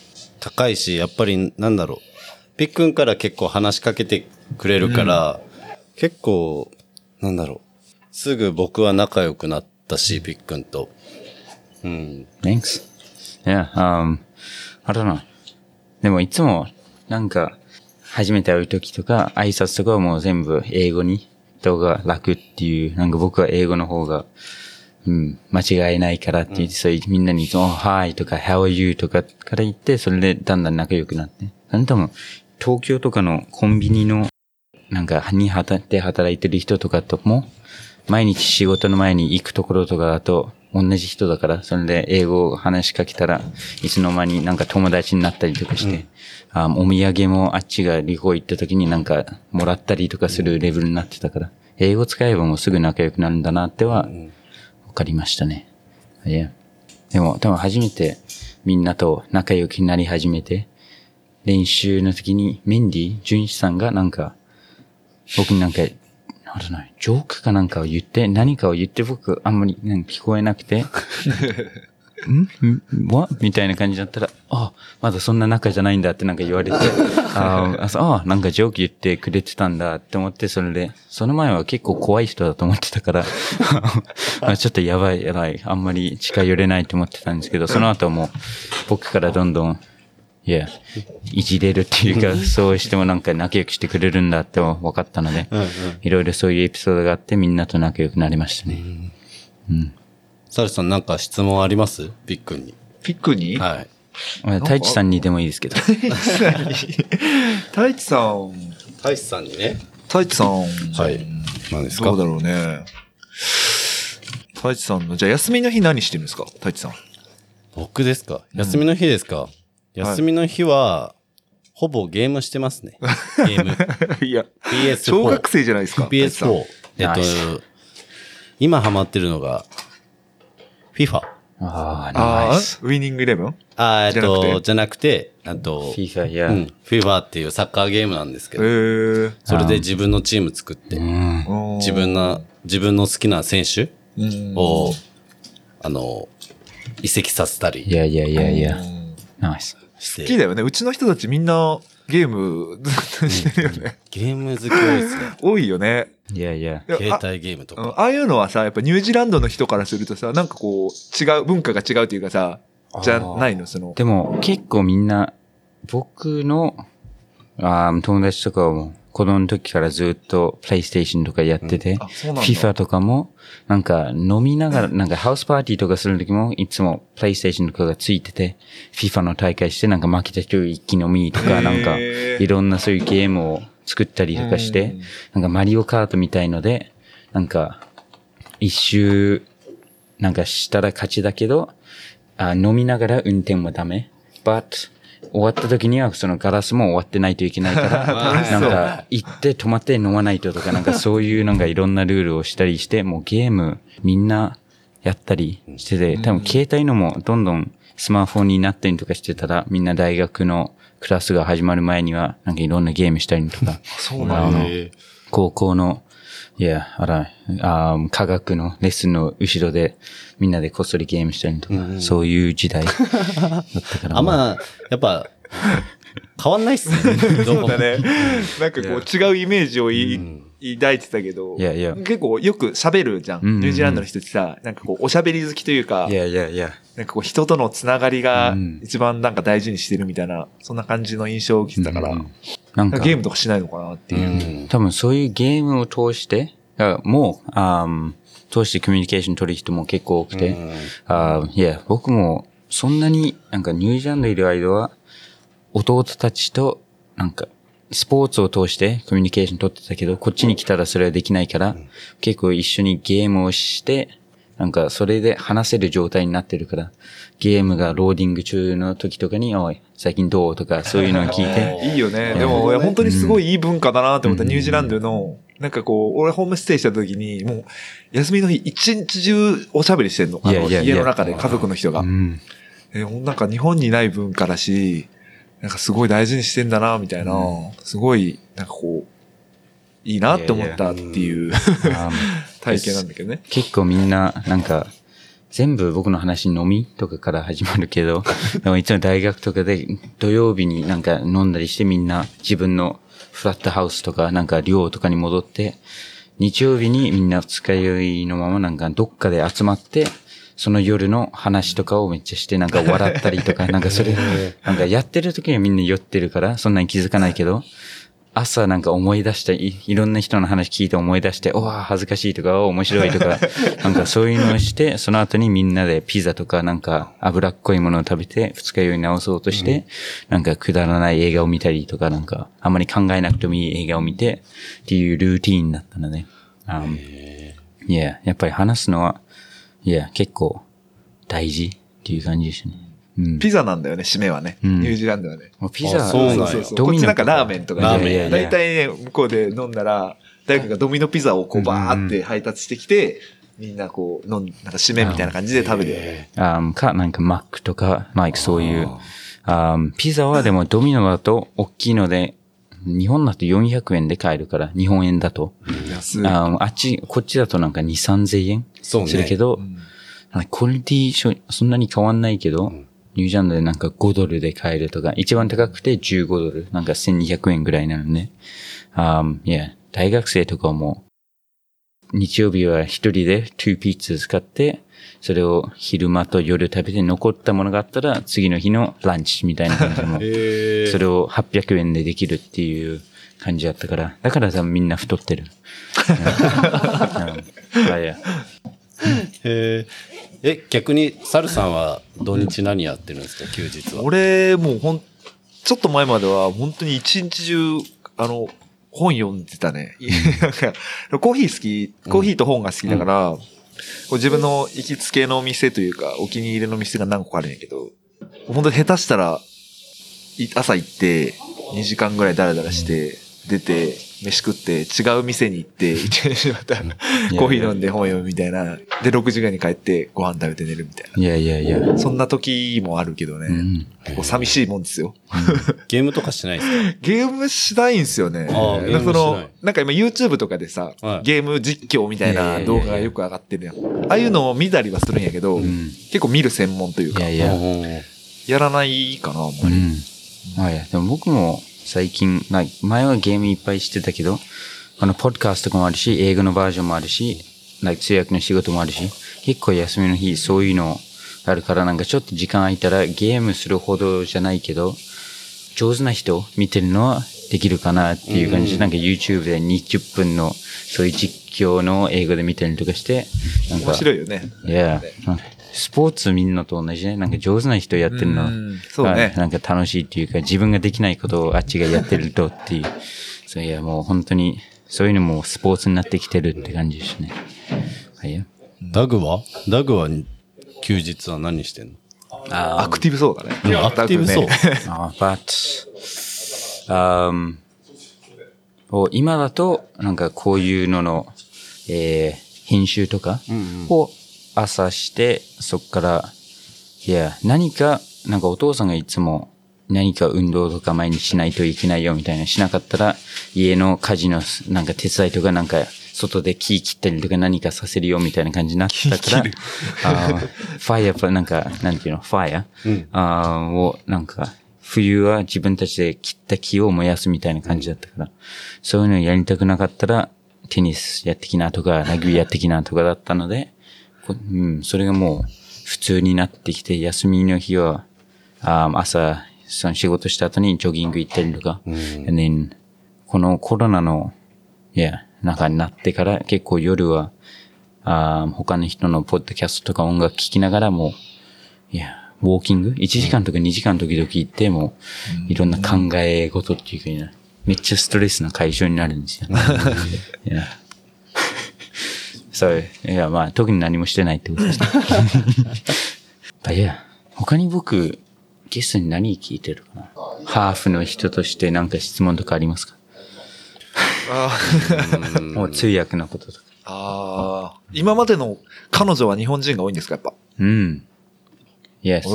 高いし、やっぱりなんだろう。ピックンから結構話しかけてくれるから、うん、結構、なんだろう。すぐ僕は仲良くなったし、ピックンと。うん。 Thanks. Yeah, um, I don't know. でもいつも、なんか、初めて会う時とか、挨拶とかはもう全部英語に、人が楽っていう、なんか僕は英語の方が、うん、間違いないからって言って、うん、そういうみんなに、oh, hi とか how are you とかから言って、それでだんだん仲良くなって。あなたも、東京とかのコンビニの、なんか、に働いて働いてる人とかとも、毎日仕事の前に行くところとかだと、同じ人だから、それで英語を話しかけたら、いつの間になんか友達になったりとかして、うん、あお土産もあっちが旅行行った時になんかもらったりとかするレベルになってたから、英語使えばもうすぐ仲良くなるんだなっては、わかりましたね。いや。でも、多分初めてみんなと仲良くなり始めて、練習の時にメンディ、純一さんがなんか、僕になんか、あれない、ジョークかなんかを言って、何かを言って僕あんまりなんか聞こえなくて、んん ?what? みたいな感じだったら、あ、まだそんな仲じゃないんだってなんか言われて、ああ、なんかジョーク言ってくれてたんだって思って、それで、その前は結構怖い人だと思ってたから、ちょっとやばい、やばい、あんまり近寄れないと思ってたんですけど、その後も僕からどんどん、いや、いじれるっていうか、そうしてもなんか仲良くしてくれるんだって分かったので、いろいろそういうエピソードがあってみんなと仲良くなりましたね。うん。 サルさんなんか質問あります？ピックンに。 ピックンに？ はい。 太一さんにでもいいですけど。 太一さん。 太一さんにね。 太一さん。 はい。何ですか？ どうだろうね。太一さんの、じゃあ休みの日何してるんですか？太一さん。 僕ですか？休みの日ですか？うん、休みの日は、はい、ほぼゲームしてますね。ゲーム。 いや、 ピーエスフォー。 小学生じゃないですか。 ピーエスフォー。えっと、今ハマってるのが、FIFA。 ああ、ナイス。 ウィニングイレブン？ あえっと、じゃなくて、あと、 FIFA、いや。 うん。FIFA っていうサッカーゲームなんですけど、 へー、 それで自分のチーム作って、自分の、自分の好きな選手を、あの、移籍させたり。 いやいやいやいや。ナイス。 好きだよね。うちの人たちみんなゲームずっとしてるよね。 ゲーム好き多いですね。 多いよね。 いやいや。 携帯ゲームとか。 ああいうのはさ、やっぱニュージーランドの人からするとさ、なんかこう、違う、文化が違うというかさ、じゃないのその。 でも結構みんな、僕のあ友達とかも子供の時からずっとプレイステーションとかやってて、うん、FIFA とかもなんか飲みながら、なんかハウスパーティーとかする時もいつもプレイステーションとかがついてて、FIFA の大会してなんか負けた人一気飲みとかなんかいろんなそういうゲームを作ったりとかして、なんかマリオカートみたいので、なんか一周なんかしたら勝ちだけど、あ飲みながら運転もダメ。but 終わった時にはそのガラスも終わってないといけないから、なんか行って止まって飲まないととかなんかそういうなんかいろんなルールをしたりして、もうゲームみんなやったりしてて、多分携帯のもどんどんスマホになったりとかしてたら、みんな大学のクラスが始まる前にはなんかいろんなゲームしたりとか、 そうなんだ。 高校のいや、あら、あ科学のレッスンの後ろでみんなでこっそりゲームしたりとか、うん、そういう時代だったから。 あ、まあ、やっぱ、変わんないっすね。 そうだね。なんかこう違うイメージをい、うん、抱いてたけど、 いやいや結構よく喋るじゃん。うんうんうん、ニュージーランドの人ってさ、なんかこうおしゃべり好きというか、 いやいやいやなんかこう人とのつながりが一番なんか大事にしてるみたいな、そんな感じの印象を受けてたから、うんうん、なんかゲームとかしないのかなっていう。 うん、多分そういうゲームを通して、もう、あ通してコミュニケーション取る人も結構多くて、うん、あいや、僕もそんなになんかニュージーランドいる間は、弟たちとなんかスポーツを通してコミュニケーション取ってたけど、こっちに来たらそれはできないから、うん、結構一緒にゲームをして、なんかそれで話せる状態になってるから、ゲームがローディング中の時とかに、おい、最近どうとかそういうのを聞いて。 いいよね。でも、本当にすごいいい文化だなって思った、うん、ニュージーランドの、なんかこう、俺ホームステイした時に、もう、休みの日一日中おしゃべりしてんの。あの、いやいやいや家の中で家族の人が。うん、えなんか日本にない文化だし、なんかすごい大事にしてんだな、みたいな、うん、すごい、なんかこう、いいなって思ったっていう、いやいや体験なんだけどね。 結構みんな、なんか、 全部僕の話飲みとかから始まるけど、でもいつも大学とかで土曜日になんか飲んだりしてみんな自分のフラットハウスとかなんか寮とかに戻って、日曜日にみんな二日酔いのままなんかどっかで集まって、その夜の話とかをめっちゃしてなんか笑ったりとか、なんかそれ、なんかやってる時にはみんな酔ってるからそんなに気づかないけど、朝なんか思い出したい、いろんな人の話聞いて思い出して、おわ、恥ずかしいとか、面白いとか、なんかそういうのをして、その後にみんなでピザとかなんか脂っこいものを食べて、二日酔い直そうとして、なんかくだらない映画を見たりとか、なんかあんまり考えなくてもいい映画を見て、っていうルーティーンだったので、um, yeah, やっぱり話すのは、いや、結構大事っていう感じでしたね。うん、 ピザなんだよね、締めはね。うん、ニュージーランドはね。 ピザ、 そうなんそうそう。こっちなんかラーメンとか、 ラーメン。 大体ね、向こうで飲んだら、誰かがドミノピザをこうバーって配達してきて、みんなこう、飲ん、なんか締めみたいな感じで食べるよね。 あか、なんかマックとか、マイクそういう。あピザはでもドミノだと大きいので、日本だとよんひゃくえんで買えるから、日本円だと。 安い。 ああっち、こっちだとなんかに、さんぜんえんするけど、ね、クオリティそんなに変わんないけど、うんニュージーランドでなんかごドルで買えるとか、一番高くてじゅうごドル、なんかせんにひゃくえんぐらいなので、um, yeah, 大学生とかも、日曜日は一人でにピッツァ使って、それを昼間と夜食べて残ったものがあったら、次の日のランチみたいな感じも、それをはっぴゃくえんでできるっていう感じだったから、だから多分みんな太ってる。 へえ、逆にサルさんは土日何やってるんですか、休日は。 俺もうほんちょっと前までは本当に一日中あの本読んでたね。なんかコーヒー好き、コーヒーと本が好きだから、うん、こう自分の行きつけの店というかお気に入りの店が何個かあるんやけど、本当に下手したら朝行ってにじかんぐらいダラダラして出て飯食って違う店に行って一日またコーヒー飲んで本読むみたいなでろくじかんに帰ってご飯食べて寝るみたいな。 いやいやいや。 そんな時もあるけどね。うん、結構寂しいもんですよ。 ゲームとかしてないですか？ ゲームしないんですよね。 ああ、ゲームしない。 そのなんか今 YouTube とかでさ、はい、ゲーム実況みたいな動画がよく上がってるやん。ああいうのを見たりはするんやけど、うん、結構見る専門というか、 いやいややらないかなあんまり。 うん、あいやでも僕も最近、前はゲームいっぱいしてたけど、あの、ポッドキャストとかもあるし、英語のバージョンもあるし、通訳の仕事もあるし、結構休みの日、そういうのあるから、なんかちょっと時間空いたらゲームするほどじゃないけど、上手な人見てるのはできるかなっていう感じで、なんか YouTube でにじゅっぷんの、そういう実況の英語で見たりとかして、なんか。 面白いよね。 いや、スポーツみんなと同じね。なんか上手な人やってるのが、ね、なんか楽しいっていうか、自分ができないことをあっちがやってるとっていう。そういや、もう本当に、そういうのもスポーツになってきてるって感じですね。はい。 ダグはダグは休日は何してんの？ あアクティブそうだね。 アクティブそう。 あ、but、um, 今だと、なんかこういうのの、えー、編集とかを朝して、そっから、いや、何か、なんかお父さんがいつも何か運動とか毎日しないといけないよみたいなしなかったら、家の家事のなんか手伝いとかなんか、外で木切ったりとか何かさせるよみたいな感じになってたから、あファイア、なんか、なんていうの、ファイア、うん、あを、なんか、冬は自分たちで切った木を燃やすみたいな感じだったから、そういうのやりたくなかったら、テニスやってきなとか、ラグビーやってきなとかだったので、うん、それがもう普通になってきて、休みの日は、あ朝、その仕事した後にジョギング行ったりとか、うん、でこのコロナの、いや、中になってから結構夜は、あ他の人のポッドキャストとか音楽聴きながらも、いや、ウォーキングいちじかんとかにじかん時々行っても、いろんな考え事っていうか、めっちゃストレスの解消になるんですよ。いやそう、いや、まあ、特に何もしてないってことですね。いや、他に僕、ゲストに何聞いてるかな？ハーフの人として何か質問とかありますか？あもう通訳のこととか。 ああ、今までの彼女は日本人が多いんですか、やっぱ。 うん。Yes.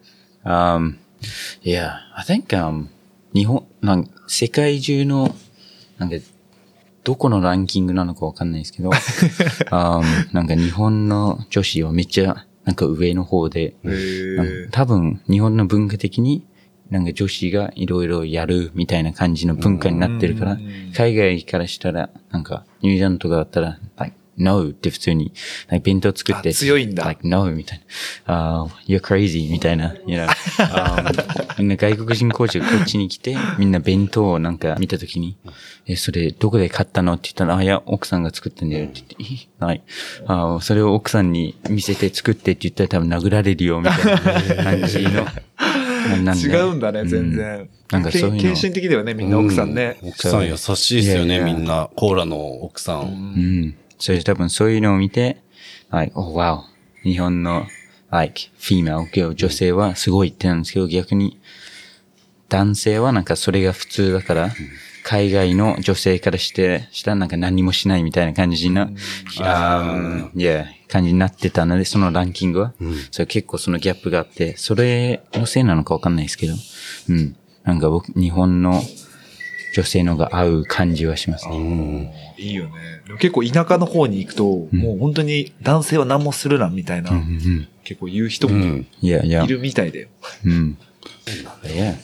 Um, yeah, I think, um, 日本、なんか世界中の、なんか、どこのランキングなのかわかんないですけど、um, なんか日本の女子はめっちゃなんか上の方で、 へー多分日本の文化的になんか女子がいろいろやるみたいな感じの文化になってるから、海外からしたら、なんかニュージーランドとかだったら、like, no って普通に、like, 弁当作って、 強いんだ。 like, no みたいな、uh, you're crazy みたいな、you know, um, みんな外国人コーチがこっちに来て、みんな弁当をなんか見たときに、え、それどこで買ったのって言ったら、あ、いや、奥さんが作ったんだよって言って、はい。あ、それを奥さんに見せて作ってって言ったら多分殴られるよみたいな感じの。 なん違うんだね、全然。うん、なんかそういうの。献身的だよね、みんな奥さんね。 うん、奥さん優しいですよね、みんな。コーラの奥さん。うん。 それ多分そういうのを見て、like, oh wow, 日本の、like, female, 女性はすごいってなんですけど、逆に、男性はなんかそれが普通だから、海外の女性からして、したらなんか何もしないみたいな感じな、あいや、感じになってたので、そのランキングは、うん、それ結構そのギャップがあって、それのせいなのかわかんないですけど、うん。なんか僕、日本の女性のが合う感じはしますね。うん、 いいよね。結構田舎の方に行くと、うん、もう本当に男性は何もするなみたいな、うんうん、結構言う人もいるみたいだよ。 うん。Yeah.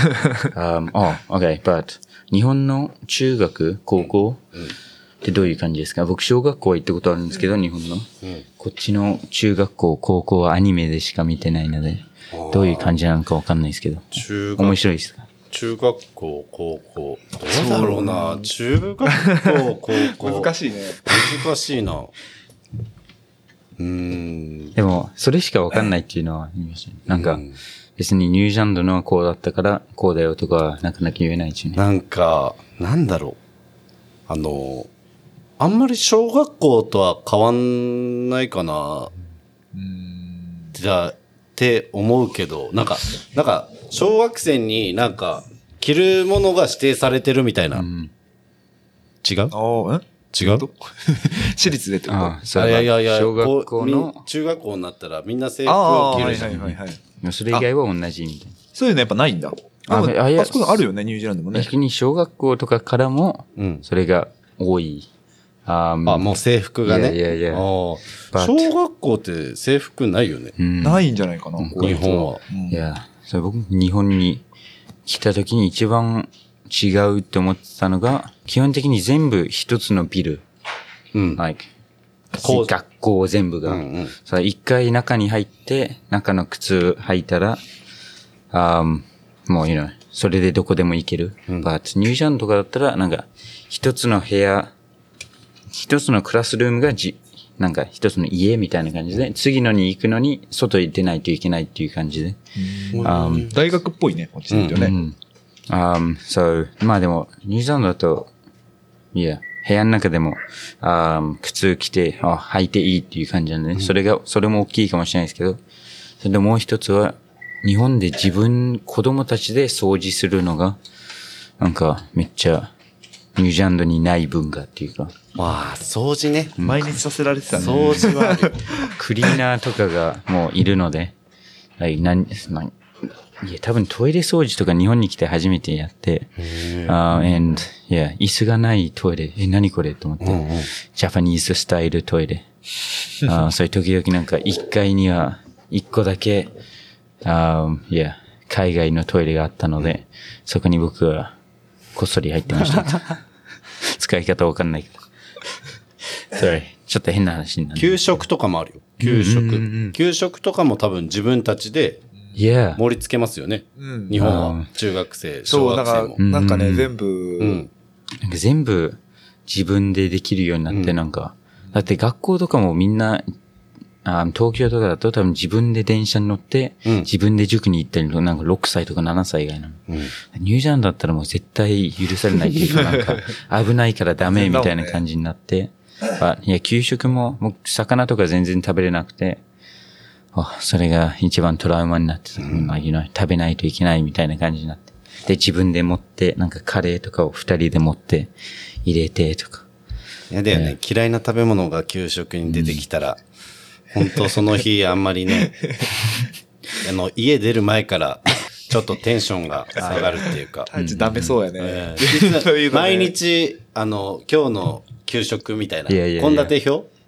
um, oh, okay, but 日本の中学、高校ってどういう感じですか？僕、小学校は行ったことあるんですけど、日本の。こっちの中学校、高校はアニメでしか見てないので、どういう感じなのかわかんないですけど。中学面白いですか？ 中学校、高校。どうだろうな。中学校、高校。 難しいね。 難しいな。うーん。 でも、それしかわかんないっていうのは言いましたね。なんか、別にニュージーランドのはこうだったから、こうだよとかはなかなか言えないですよね。 なんか、なんだろう。あの、あんまり小学校とは変わんないかな。うん。じゃあ、って思うけど、なんか、なんか、小学生になんか、着るものが指定されてるみたいな。うん、違う？ ああ、え違う私立でってこと？ああ、いやいやいや、 小学校の中学校になったらみんな制服を着るじゃん。 はいはいはいはい。 それ以外は同じみたいな。 そういうのやっぱないんだ。あ、あ、あそこあるよね、ニュージーランドもね。 逆に小学校とかからも、それが多い。 あ、もう制服がね。 いやいやいや。 小学校って制服ないよね。 うん、ないんじゃないかな、 日本は。 うん、いや、それ僕、日本に来た時に一番違うって思ってたのが、基本的に全部一つのビル。うん。like、学校全部が。うんうん、一回中に入って、中の靴履いたら、あもう、you know、それでどこでも行ける。うん、But、ニュージーランドとかだったら、なんか、一つの部屋、一つのクラスルームがじ、なんか一つの家みたいな感じで、次のに行くのに外に出ないといけないっていう感じで。 Um, 大学っぽいね、こっちで言うとね。うん。 Um, so, まあでも、ニュージーランドだと、いや、部屋の中でも、um, 靴着て、あ、履いていいっていう感じなんでね。うん、それが、それも大きいかもしれないですけど、それでもう一つは、日本で自分、子供たちで掃除するのが、なんか、めっちゃ、ニュージーランドにない文化っていうか。 わあ、掃除ね。 毎日させられてたね。 掃除はある。 クリーナーとかがもういるので、like、なん、なんいや、多分トイレ掃除とか日本に来て初めてやって、uh, and, yeah, 椅子がないトイレ、え、何これと思って、うんうん、ジャパニーズスタイルトイレ。uh, そういう時々なんかいっかいにはいっこだけ、uh, yeah, 海外のトイレがあったので、そこに僕はこっそり入ってました。使い方わかんないけど。Sorry. ちょっと変な話になる。 給食とかもあるよ。給食。うんうんうん、給食とかも多分自分たちで盛り付けますよね。Yeah. 日本は中学生、小学生も。 そう、なんかね、全部、うん、 なんか全部自分でできるようになって、なんか、うん、だって学校とかもみんな、あ東京とかだと多分自分で電車に乗って、うん、自分で塾に行ったりとか、なんかろくさいとかななさい以外なの。うん、ニュージーランドだったらもう絶対許されないっていうか、なんか危ないからダメみたいな感じになって、あいや、給食も、もう魚とか全然食べれなくて、あそれが一番トラウマになってた。うん、まあ、you know、食べないといけないみたいな感じになって。で、自分で持って、なんかカレーとかを二人で持って入れてとか。 いやだよね、嫌いな食べ物が給食に出てきたら、うん、本当その日あんまりね、あの、家出る前から、ちょっとテンションが下がるっていうか。 ダメそうやね。 えー、毎日、あの、今日の給食みたいな、献立表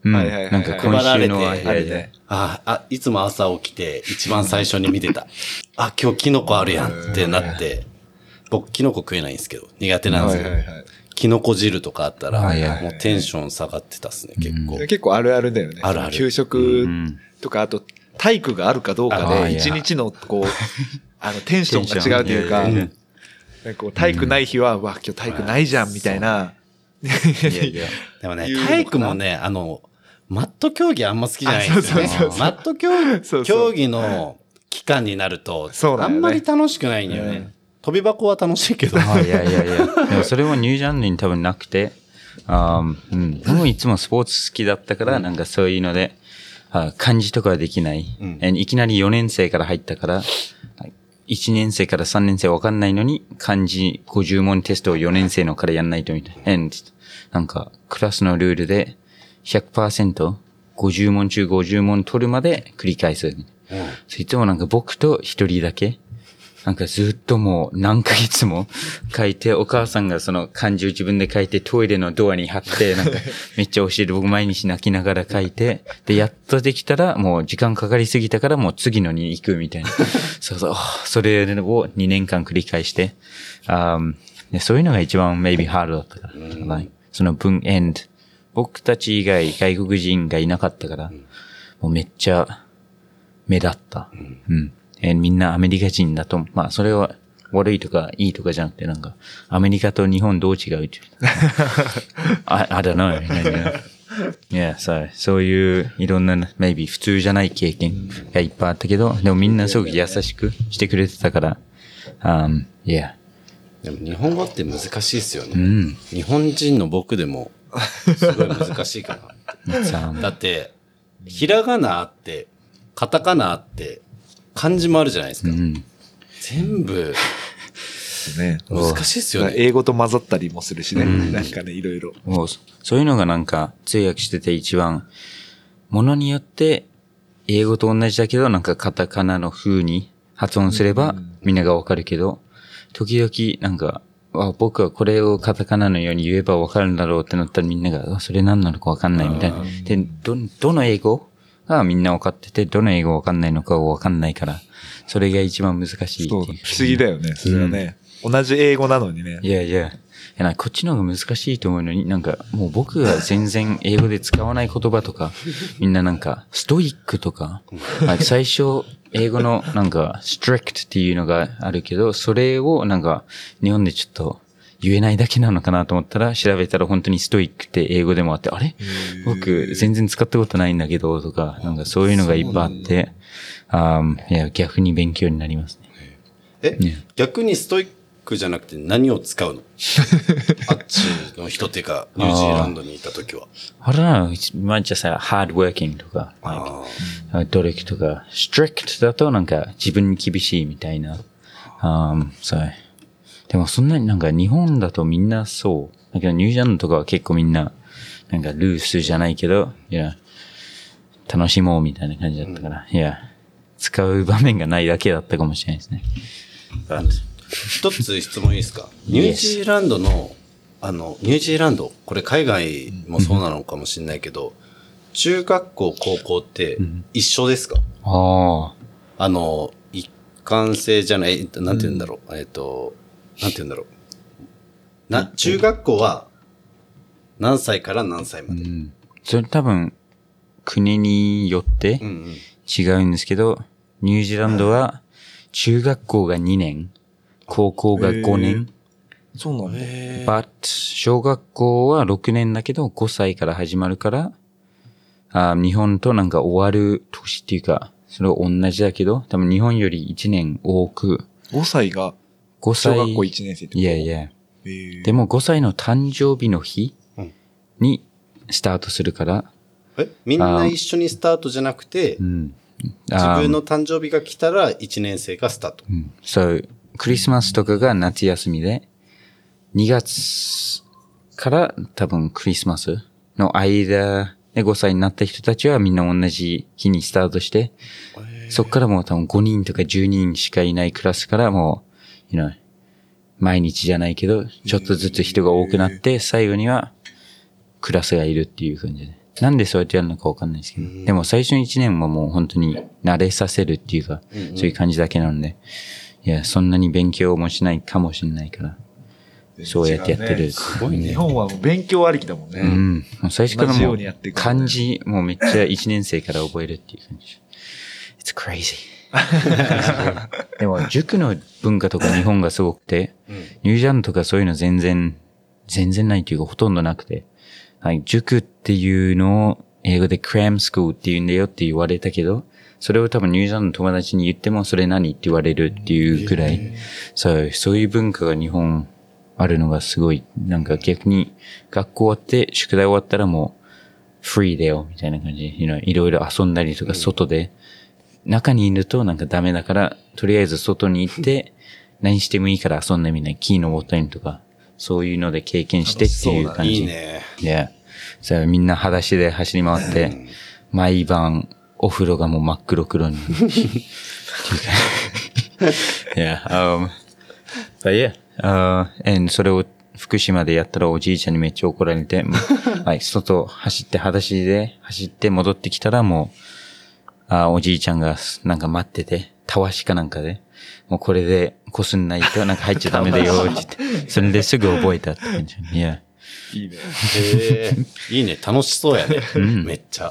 うん。 はいはいはいはいなんか今週の、 配られていやいや、 ああ、いつも朝起きて一番最初に見てた。あ、今日キノコあるやんってなって、僕キノコ食えないんですけど、苦手なんですけど、 はいはいはい。 キノコ汁とかあったら、 はいはいもうテンション下がってたっすね、結構。 結構あるあるだよね。 あるある給食とか、あと体育があるかどうかで、 あいや一日のこう、あの、テンションが違うというか、 テンションいやいやいやなんかこう体育ない日は、うわ、今日体育ないじゃん、みたいな。 いやいや。 でもね言うの、かな体育もね、あの、マット競技あんま好きじゃないんですよねあそうそうそう。 マット競そうそう競技の期間になると、 そうだよねあんまり楽しくないんだようんね。飛び箱は楽しいけど。 あいやいやいや。でもそれもニュージャンルに多分なくて、あうん。僕もいつもスポーツ好きだったから、なんかそういうので、あ漢字とかはできない、 うんえいきなりよねん生から入ったから、いちねん生からさんねん生わかんないのに、漢字ごじゅう問テストをよねん生のからやんないとみたいな。And なんか、クラスのルールで ひゃくパーセント、ごじゅう問中ごじゅう問取るまで繰り返す。 うんそいつもなんか僕と一人だけ、なんかずっともう何ヶ月も書いて、お母さんがその漢字を自分で書いてトイレのドアに貼って、なんかめっちゃ教えて僕毎日泣きながら書いて、で、やっとできたらもう時間かかりすぎたからもう次のに行くみたいな。そうそう。それをにねんかん繰り返して、あでそういうのが一番 maybe hard だったから。like その文 and 僕たち以外外国人がいなかったから、もうめっちゃ目立った。うんえーみんなアメリカ人だと、まあそれは悪いとかいいとかじゃなくてなんか、アメリカと日本どう違うっていう。I, I don't know. Yeah, so, そういういろんな、maybe 普通じゃない経験がいっぱいあったけど、でもみんなすごく優しくしてくれてたから、um, yeah. でも日本語って難しいですよね。 うん。 日本人の僕でも、すごい難しいかな。 さあだって、ひらがなあって、カタカナあって、漢字もあるじゃないですか。 うん。 全部、 ね。 難しいですよね。 英語と混ざったりもするしね。なんかね、いろいろ。 もう、そういうのがなんか通訳してて一番、ものによって英語と同じだけどなんかカタカナの風に発音すればみんながわかるけど、時々なんか、あ僕はこれをカタカナのように言えばわかるんだろうってなったらみんなが、あそれ何なのかわかんないみたいな。で、ど、どの英語がみんなわかってて、どの英語わかんないのかわかんないから、それが一番難しいっていう。 そうだ。不思議だよね、それはね。同じ英語なのにね。 いやいや。いやなこっちの方が難しいと思うのに、なんかもう僕が全然英語で使わない言葉とか、みんななんかストイックとか、なんか最初英語のなんか strict っていうのがあるけど、それをなんか日本でちょっと言えないだけなのかなと思ったら、調べたら本当にストイックって英語でもあって、あれ僕全然使ったことないんだけどとか、なんかそういうのがいっぱいあって、あいや逆に勉強になりますね。 え、逆にストイックじゃなくて何を使うのあっちの人っていうか、ニュージーランドにいたときは。 I don't know, it's might just say hard working とか、like, 努力とか、strict だとなんか自分に厳しいみたいな。Um, so, でもそんなになんか日本だとみんなそう。だけどニュージーランドとかは結構みんな、なんかルースじゃないけど、いや、楽しもうみたいな感じだったから、いや、使う場面がないだけだったかもしれないですね。 一つ質問いいですか？ニュージーランドの、あの、ニュージーランド、これ海外もそうなのかもしれないけど、中学校、高校って一緒ですか？ ああ。 あの、一貫性じゃない、なんて言うんだろう。えっと、なんて言うんだろう。な、中学校は何歳から何歳まで？ うん。それ多分、国によってうんうん違うんですけど、ニュージーランドは中学校がにねん、高校がごねん。 そうなんだ。 へー but 小学校はろくねんだけどごさいから始まるから、あ日本となんか終わる年っていうか、それは同じだけど、多分日本よりいちねん多く、 ごさいがごさい。 小学校いちねん生ってこと？ いやいや。 へーでもごさいの誕生日の日うんにスタートするから、 え、みんな一緒にスタートじゃなくて、 うん。 自分の誕生日が来たらいちねん生がスタート。 うん。そう、クリスマスとかが夏休みで、にがつから多分クリスマスの間でごさいになった人たちはみんな同じ日にスタートして、そっからもう多分ごにんとかじゅうにんしかいないクラスからもう、you know、毎日じゃないけど、ちょっとずつ人が多くなって、最後にはクラスがいるっていう感じで。 なんでそうやってやるのかわかんないですけど、うん、でも最初のいちねんはもう本当に慣れさせるっていうか、うんうん、そういう感じだけなので、いや、そんなに勉強もしないかもしれないから、そうやってやってる。 すごいね。日本はもう勉強ありきだもんね。 うん。もう最初からもう漢字、もうめっちゃいちねん生から覚えるっていう感じ。It's crazy. でも塾の文化とか日本がすごくて、うん、ニュージーランドとかそういうの全然、全然ないというかほとんどなくて、はい、塾っていうのを英語でクラムスクールって言うんだよって言われたけど、それを多分ニュージーランドの友達に言ってもそれ何って言われるっていうくらい、そう、そういう文化が日本あるのがすごい、なんか逆に学校終わって宿題終わったらもうフリーだよみたいな感じ、you know、いろいろ遊んだりとか外で、中にいるとなんかダメだから、とりあえず外に行って何してもいいから遊んでみない、木登ったりとか、そういうので経験してっていう感じ。いいね。いや、それみんな裸足で走り回って、毎晩お風呂がもう真っ黒黒に。いや、um, but yeah, uh, and それを福島でやったらおじいちゃんにめっちゃ怒られて、はい、外走って裸足で走って戻ってきたらもう、あおじいちゃんがなんか待ってて、たわしかなんかで、もうこれでこすんないとなんか入っちゃダメだよって言って、それですぐ覚えたって感じ。いや。 いいね。へえ。いいね。楽しそうやね。うん、めっちゃ。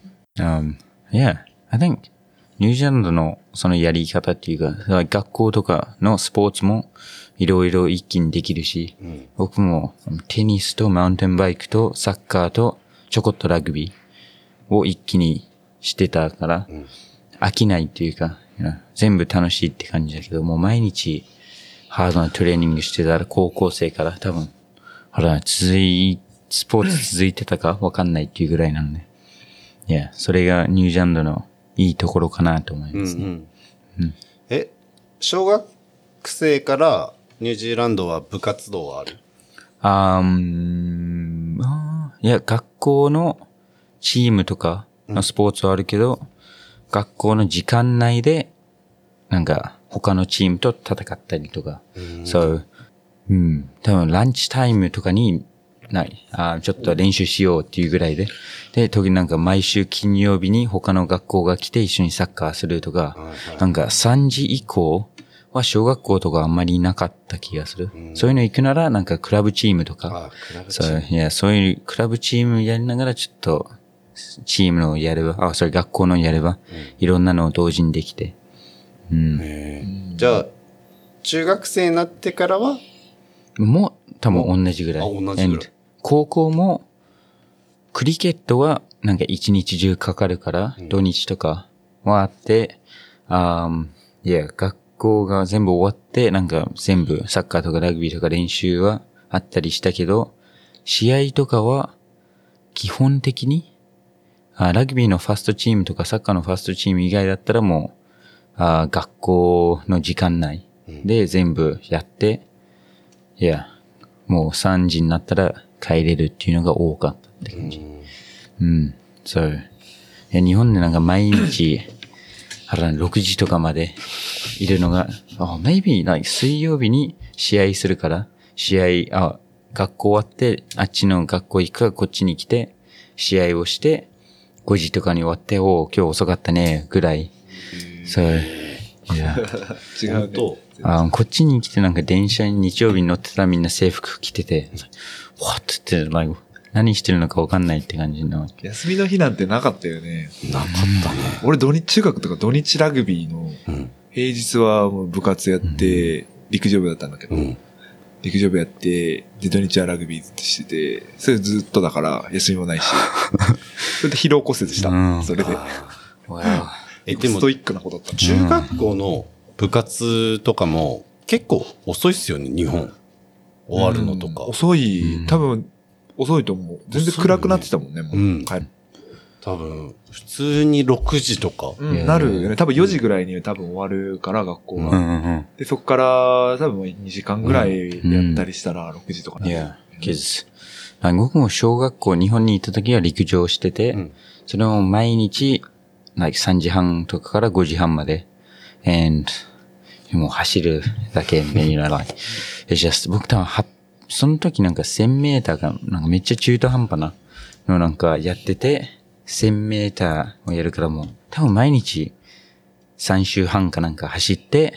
Um, yeah, I think ニュージーランドのそのやり方っていうか、学校とかのスポーツもいろいろ一気にできるし、うん、僕もテニスとマウンテンバイクとサッカーとちょこっとラグビーを一気にしてたから、うん、飽きないっていうか、全部楽しいって感じだけど、もう毎日ハードなトレーニングしてたら高校生から多分、ほら、続い、スポーツ続いてたかわかんないっていうぐらいなんで。いや、それがニュージーランドのいいところかなと思いますね。うんうんうん、え、小学生からニュージーランドは部活動はある？ あーん、あいや、学校のチームとかのスポーツはあるけど、うん、学校の時間内で、なんか他のチームと戦ったりとか、うん、そう、うん、多分ランチタイムとかにない、あちょっと練習しようっていうぐらいで、で、時なんか毎週金曜日に他の学校が来て一緒にサッカーするとか、はいはい、なんかさんじ以降は小学校とかあんまりいなかった気がする。うん、そういうの行くならなんかクラブチームとか、そう、いや、そういうクラブチームやりながらちょっと、チームのやれば、あ、それ学校のやれば、うん、いろんなのを同時にできて。うん。 へー、じゃあ、中学生になってからはもう多分同じぐらい。 あ、同じぐらい。 高校も、クリケットはなんか一日中かかるから、うん、土日とかはあって、あいや、学校が全部終わって、なんか全部サッカーとかラグビーとか練習はあったりしたけど、試合とかは基本的に、あラグビーのファーストチームとかサッカーのファーストチーム以外だったらもう、あ学校の時間内で全部やって、うん、いや、もうさんじになったら帰れるっていうのが多かったって感じ。うん、うん、そう。いや、日本でなんか毎日、ろくじとかまでいるのが、oh, maybe like 水曜日に試合するから、試合、あ、学校終わって、あっちの学校行くかこっちに来て、試合をして、ごじとかに終わって、おー今日遅かったね、ぐらい。そう。いや。 違うね。 あこっちに来てなんか電車に日曜日に乗ってたらみんな制服着てて、what って、like, 何してるのか分かんないって感じの。 休みの日なんてなかったよね。 なかったね。 俺土日、中学とか土日ラグビーの、平日はもう部活やって、陸上部だったんだけど、うん、陸上部やって、で土日はラグビーってしてて、それずっとだから休みもないし、それで疲労骨折した。うん、それで。 え、でも、 ストイックな子だった。 中学校の部活とかも結構遅いっすよね、日本。終わるのとか。 うん、遅い、多分、遅いと思う。全然暗くなってたもんね、もう。うん、帰る。 多分、普通にろくじとか。 うん、なるよね。多分よじぐらいに多分終わるから、学校が。うんうん、で、そっから多分にじかんぐらいやったりしたらろくじとかね。 いや、キズ。僕も小学校、日本に行った時は陸上してて、うん、それも毎日、like さんじはんとかからごじはんまで。and もう走るだけ、you know, like, it's just, 僕多分は、その時なんかせんメーターがなんかめっちゃ中途半端なのなんかやってて、せんメーターをやるからもう、多分毎日さん週半かなんか走って、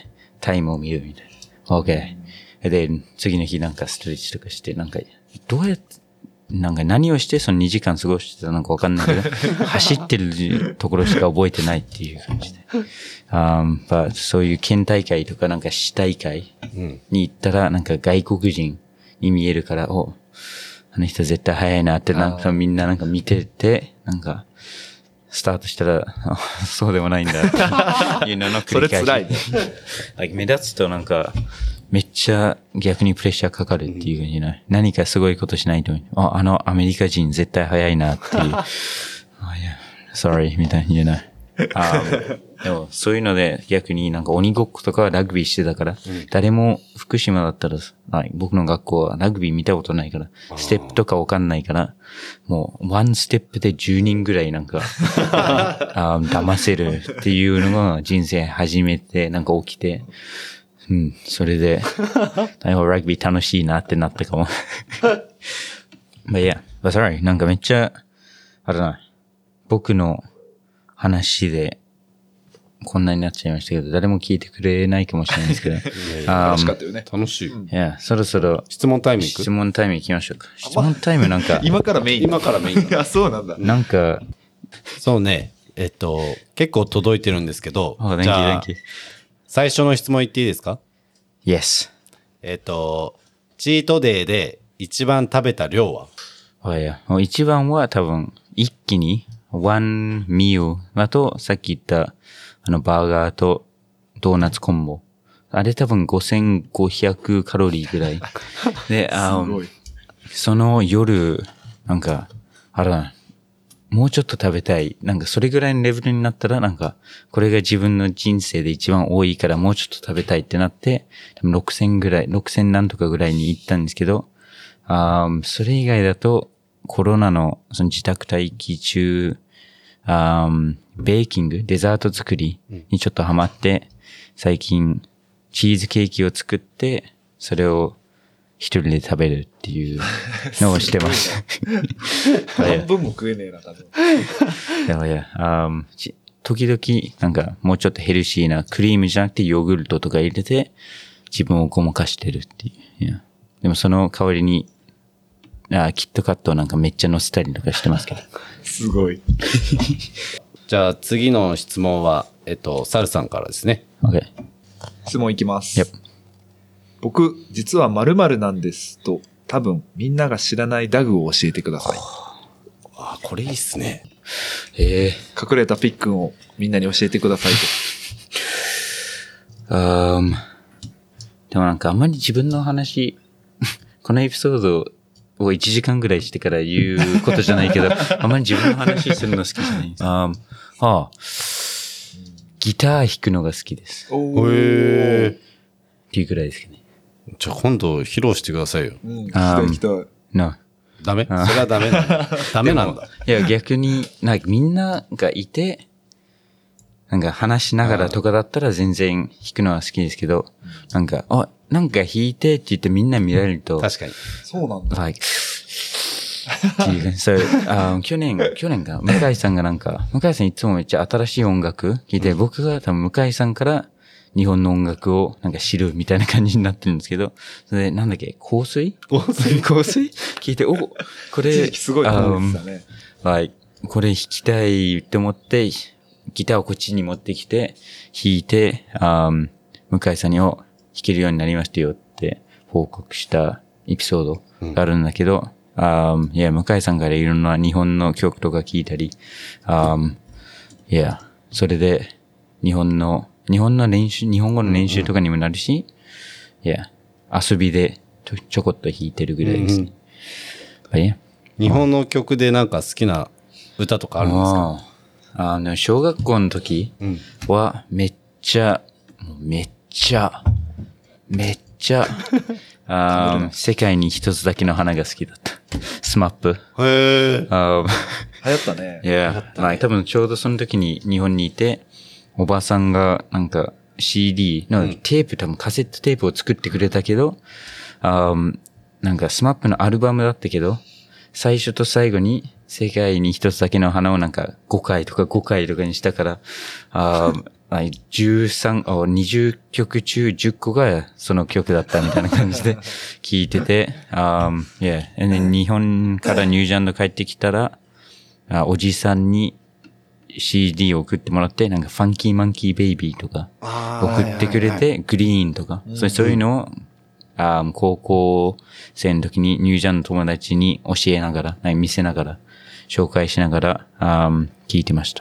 タイムを見るみたいな。OK。で、次の日なんかストレッチとかして、なんか、どうやって、なんか何をしてそのにじかん過ごしてたのかわかんないけど、走ってるところしか覚えてないっていう感じで。um, but そういう県大会とかなんか市大会に行ったら、なんか外国人に見えるから、お、あの人絶対速いなってなんかみんななんか見てて、なんか、スタートしたら、そうでもないんだっていうのの繰り返し。 それ辛いね。 like 目立つとなんか、めっちゃ逆にプレッシャーかかるっていう感じない。何かすごいことしないと、あ、あのアメリカ人絶対速いなっていう。あ、いや、sorry みたいに言えない。あでもそういうので逆になんか鬼ごっことかラグビーしてたから、うん、誰も福島だったら、はい、僕の学校はラグビー見たことないから、ステップとかわかんないから、もうワンステップでじゅうにんぐらいなんかあ騙せるっていうのが人生初めてなんか起きて、うん、それで、ラグビー楽しいなってなったかも。まあいや、sorry、なんかめっちゃ、あれだな、僕の話でこんなになっちゃいましたけど、誰も聞いてくれないかもしれないですけど。 楽しかったよね。 楽しい。 いや、そろそろ質問タイム行く？ 質問タイム行きましょうか。質問タイムなんか。 今からメイン。 今からメイン。 あ、そうなんだ。 なんか、 そうね。えっと、結構届いてるんですけど。 Oh, thank you, じゃあ thank you. 最初の質問言っていいですか？ Yes. えっと、チートデイで一番食べた量は？ あ、いや、一番は多分、一気に、one meal あと、さっき言った、あの、バーガーとドーナツコンボ。あれ多分ごせんごひゃくカロリーぐらい。で、あその夜、なんか、あら、もうちょっと食べたい。なんかそれぐらいのレベルになったら、なんか、これが自分の人生で一番多いからもうちょっと食べたいってなって、多分ろくせんぐらい、ろくせんなんとかぐらいに行ったんですけど、あそれ以外だと、コロナのその自宅待機中、あベーキング、デザート作りにちょっとハマって、最近チーズケーキを作って、それを一人で食べるっていうのをしてます。 半分も食えねえな、多分。 でもいや、あ時々なんかもうちょっとヘルシーなクリームじゃなくてヨーグルトとか入れて自分をごまかしてるっていう。いやでもその代わりに、あキットカットをなんかめっちゃ乗せたりとかしてますけど。 すごい。 じゃあ次の質問は、えっと、サルさんからですね。 OK。 質問いきます。 Yep。 僕、実は〇〇なんですと、多分みんなが知らないダグを教えてください。 あ、これいいっすね。 ええー。隠れたピックンをみんなに教えてくださいと。あーでもなんかあんまり自分の話、このエピソードをいちじかんぐらいしてから言うことじゃないけど、あんまり自分の話するの好きじゃない。ああ、ギター弾くのが好きです。 おー。 っていうぐらいですけどね。 じゃあ今度披露してくださいよ。 うん、聞きたい聞きたい。 な。 ダメ？それはダメなんだ。ダメなんだ。 いや逆に、なんかみんながいて、なんか話しながらとかだったら全然弾くのは好きですけど、なんか、あ、なんか弾いてって言ってみんな見られると。 確かに。 そうなんだ。 like っていう、そう、あ去年、去年か、向井さんがなんか、向井さんいつもめっちゃ新しい音楽聴いて、うん、僕が多分向井さんから日本の音楽をなんか知るみたいな感じになってるんですけど、それでなんだっけ、香水香水香水聞いて、お、これ、 すごい感じですね。 like これ弾きたいって思って、ギターをこっちに持ってきて、弾いて、あ向井さんにを弾けるようになりましたよって報告したエピソードがあるんだけど、うん、あいや、向井さんからいろんな日本の曲とか聞いたり、あいや、それで日本の、日本の練習、日本語の練習とかにもなるし、いや、遊びでちょこっと弾いてるぐらいですね。うんうん、 日本の曲でなんか好きな歌とかあるんですか？ あの、小学校の時はめっちゃ、もうめっちゃ、めっちゃ、あ世界に一つだけの花が好きだった。スマップ。 へー。 あ流行ったね。 いや、まあ多分ちょうどその時に日本にいて、おばさんがなんか シーディー のテープ、多分カセットテープを作ってくれたけど、あなんかスマップのアルバムだったけど、 最初と最後に世界に一つだけの花をなんかごかいとかごかいとかにしたから、あじゅうさん、にじゅっきょく中じゅっこがその曲だったみたいな感じで聞いてて、um, yeah. And then 日本からニュージーランド帰ってきたら、あおじさんに シーディー を送ってもらって、なんかファンキーマンキーベイビーとか送ってくれて、グリーンとか、そうそういうのを、あ高校生の時にニュージーランドの友達に教えながら、なんか見せながら、紹介しながら、あ聞いてました。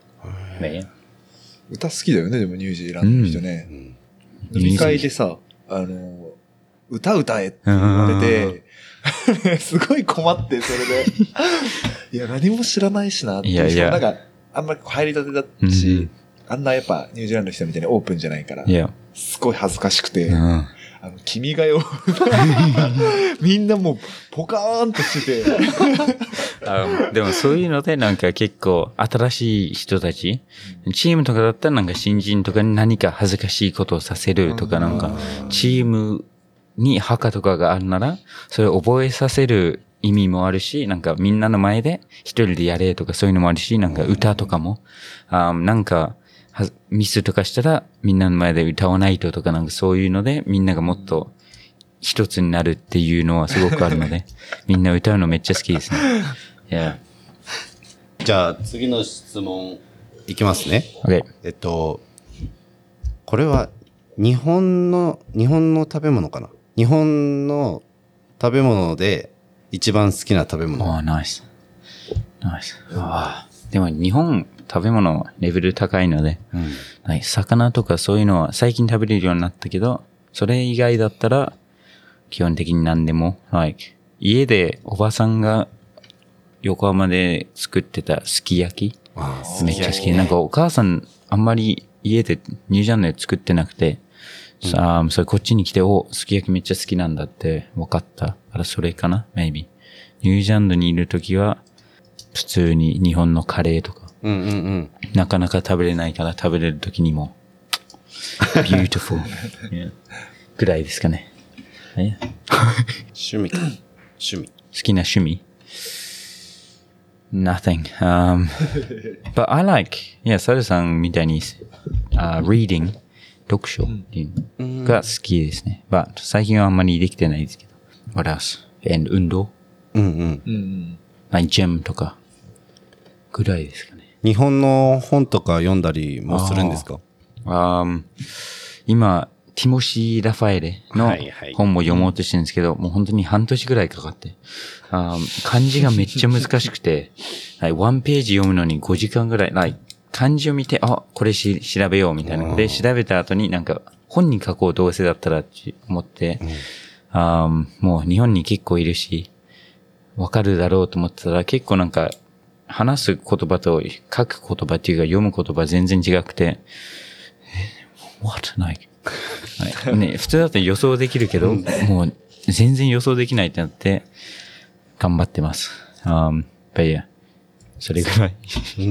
歌好きだよね、でもニュージーランドの人ね。うん、飲み会でさ、あの、歌歌えって言われて、すごい困って、それで。いや、何も知らないしなって。いやいや。なんか、あんまり入りたてだし、うん、あんなやっぱニュージーランドの人みたいにオープンじゃないから、すごい恥ずかしくて、うん、あの、君が代みんなもうポカーンとしててあでもそういうのでなんか結構新しい人たち、チームとかだったらなんか新人とかに何か恥ずかしいことをさせるとかなんか、チームに墓とかがあるなら、それを覚えさせる意味もあるし、なんかみんなの前で一人でやれとかそういうのもあるし、なんか歌とかも、あなんかミスとかしたらみんなの前で歌わないととかなんかそういうのでみんながもっと一つになるっていうのはすごくあるのでみんな歌うのめっちゃ好きですね。yeah. じゃあ次の質問いきますね。 Okay. えっとこれは日本の日本の食べ物かな。日本の食べ物で一番好きな食べ物。 ああ、ナイス。ナイス。ああ。でも日本食べ物レベル高いので、うん、はい、魚とかそういうのは最近食べれるようになったけど、それ以外だったら基本的に何でも、like、家でおばさんが横浜で作ってたすき焼き、ああめっちゃ好き。なんかお母さんあんまり家でニュージーランドで作ってなくて、うん、あそれこっちに来て、お、すき焼きめっちゃ好きなんだって分かったからそれかな maybe。ニュージーランドにいるときは普通に日本のカレーとか、 うんうんうん、 なかなか食べれないから食べれるときにもbeautiful ぐらいですかね。 趣味か趣味好きな趣味 nothing um but I like yeah サルさんみたいに、uh, reading 読書っていうが好きですね、うん、but 最近はあんまりできてないですけど what else and 運動うんうんうん、 like gym とかぐらいですかね。 日本の本とか読んだりもするんですか？ ああ今ティモシー・ラファエレの本も読もうとしてるんですけど、はいはい、もう本当に半年ぐらいかかって、あ漢字がめっちゃ難しくて、ワンページ読むのにごじかんぐらい、like、漢字を見て、あ、これし調べようみたいなので、調べた後になんか本に書こうどうせだったらって思って、うん、あもう日本に結構いるし、わかるだろうと思ってたら結構なんか話す言葉と書く言葉っていうか読む言葉全然違くて、what like はいね、普通だったら予想できるけど、もう全然予想できないってなって頑張ってます。Um, but yeah, それぐらい。 うん。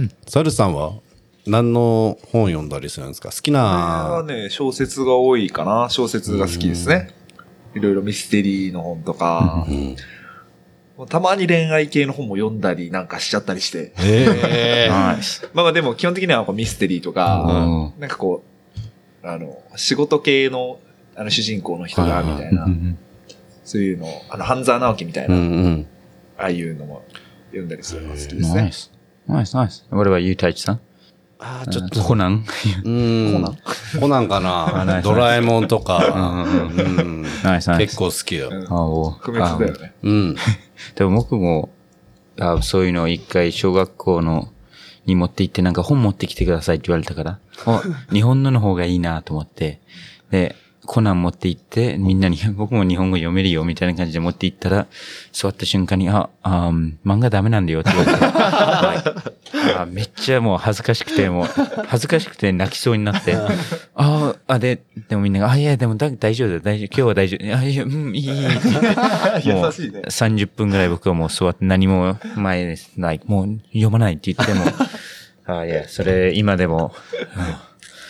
サルさんは何の本読んだりするんですか？好きな。 これはね、小説が多いかな。小説が好きですね。いろいろミステリーの本とか。うん、たまに恋愛系の本も読んだりなんかしちゃったりして。 えー、ナイス。 まあまあでも基本的にはこうミステリーとか、なんかこう、あの、仕事系のあの主人公の人がみたいな、そういうの、あの、半沢直樹みたいな、うんうん、ああいうのも読んだりするのが好きですね。 ナイス。ナイス、ナイス。What about you, 太一さん？ ああ、ちょっと。 コナンうんコナンコナンかなドラえもんとか。 ナイスナイス。 結構好きよ。 不滅だよね。 うん。 でも僕も、あそういうのを一回小学校のに持って行ってなんか本持ってきてくださいって言われたから、日本のの方がいいなと思って、で、コナン持って行って、みんなに僕も日本語読めるよみたいな感じで持って行ったら、座った瞬間に、あ、あ漫画ダメなんだよって言われて、あめっちゃもう恥ずかしくて、もう恥ずかしくて泣きそうになって、ああ、で、でもみんなが、あ、いや、でもだ大丈夫だよ、大丈夫、今日は大丈夫、あ、いや、うん、いい、いいって言って、もうさんじゅっぷんぐらい僕はもう座って何も前です、ない、もう読まないって言っても、あいや、それ今でも、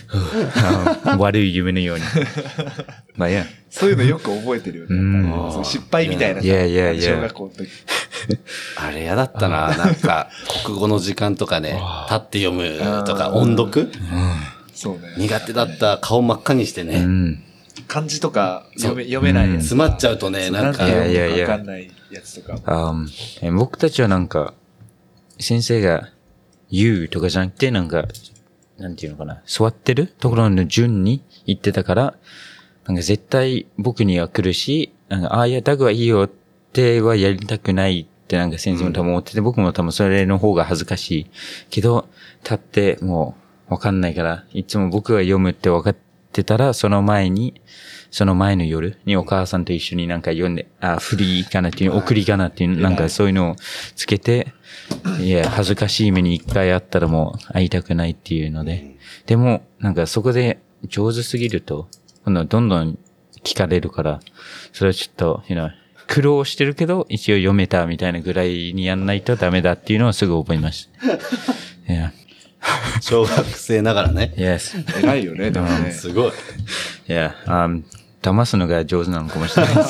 悪い夢のように。まあ、いや。 そういうのよく覚えてるよね。うん、失敗みたいな。 いやいやいや。 小学校の時。 あれ嫌だったな。なんか、国語の時間とかね、立って読むとか、音読、うん、 そうね。 苦手だった。顔真っ赤にしてね。うん、 漢字とか読め、読めないやつ。 詰まっちゃうとね、なんか。 いやいやいや。 わかんないやつとか。 Um, 僕たちはなんか、先生が言うとかじゃなくて、なんか、なんていうのかな、座ってるところの順に行ってたから、なんか絶対僕には来るし、なんか、ああ、いや、ダグはいいよってはやりたくないってなんか先生も多分思ってて、うん、僕も多分それの方が恥ずかしい。けど、立ってもうわかんないから、いつも僕が読むって分かってたら、その前に、その前の夜にお母さんと一緒になんか読んで、あ、フリーかなっていう、送りかなっていう、なんかそういうのをつけて、いや、恥ずかしい目に一回会ったらもう会いたくないっていうので。でも、なんかそこで上手すぎると、今度どんどん聞かれるから、それはちょっと、you know、苦労してるけど、一応読めたみたいなぐらいにやんないとダメだっていうのをすぐ覚えました。yeah. 小学生ながらね。 Yes. 偉いよね、でもね。 すごい。 いや、um, 騙すのが上手なのかもしれないです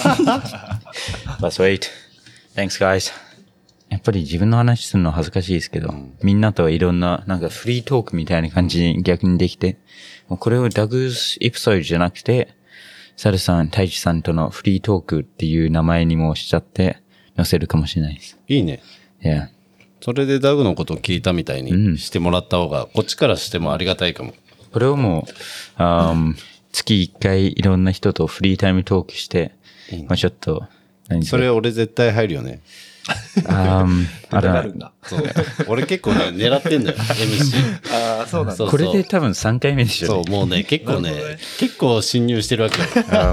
。But wait. Thanks, guys. やっぱり自分の話するの恥ずかしいですけど、うん、みんなといろんな、なんかフリートークみたいな感じに逆にできて、もうこれをダグスエピソードじゃなくて、サルさん、タイチさんとのフリートークっていう名前にもしちゃって載せるかもしれないです。 いいね。 いや。 それでダグのことを聞いたみたいにしてもらった方が、うん、こっちからしてもありがたいかも。 これをもう、um, 月一回いろんな人とフリータイムトークして、いいね、まあちょっと、 何それ俺絶対入るよね。 ああらそう。俺結構ね、狙ってんだよ、エムシー。 ああ、そうなんだ。 これで多分さんかいめでしょ、 ね。そう、もうね、結構ね、ね結構侵入してるわけよ。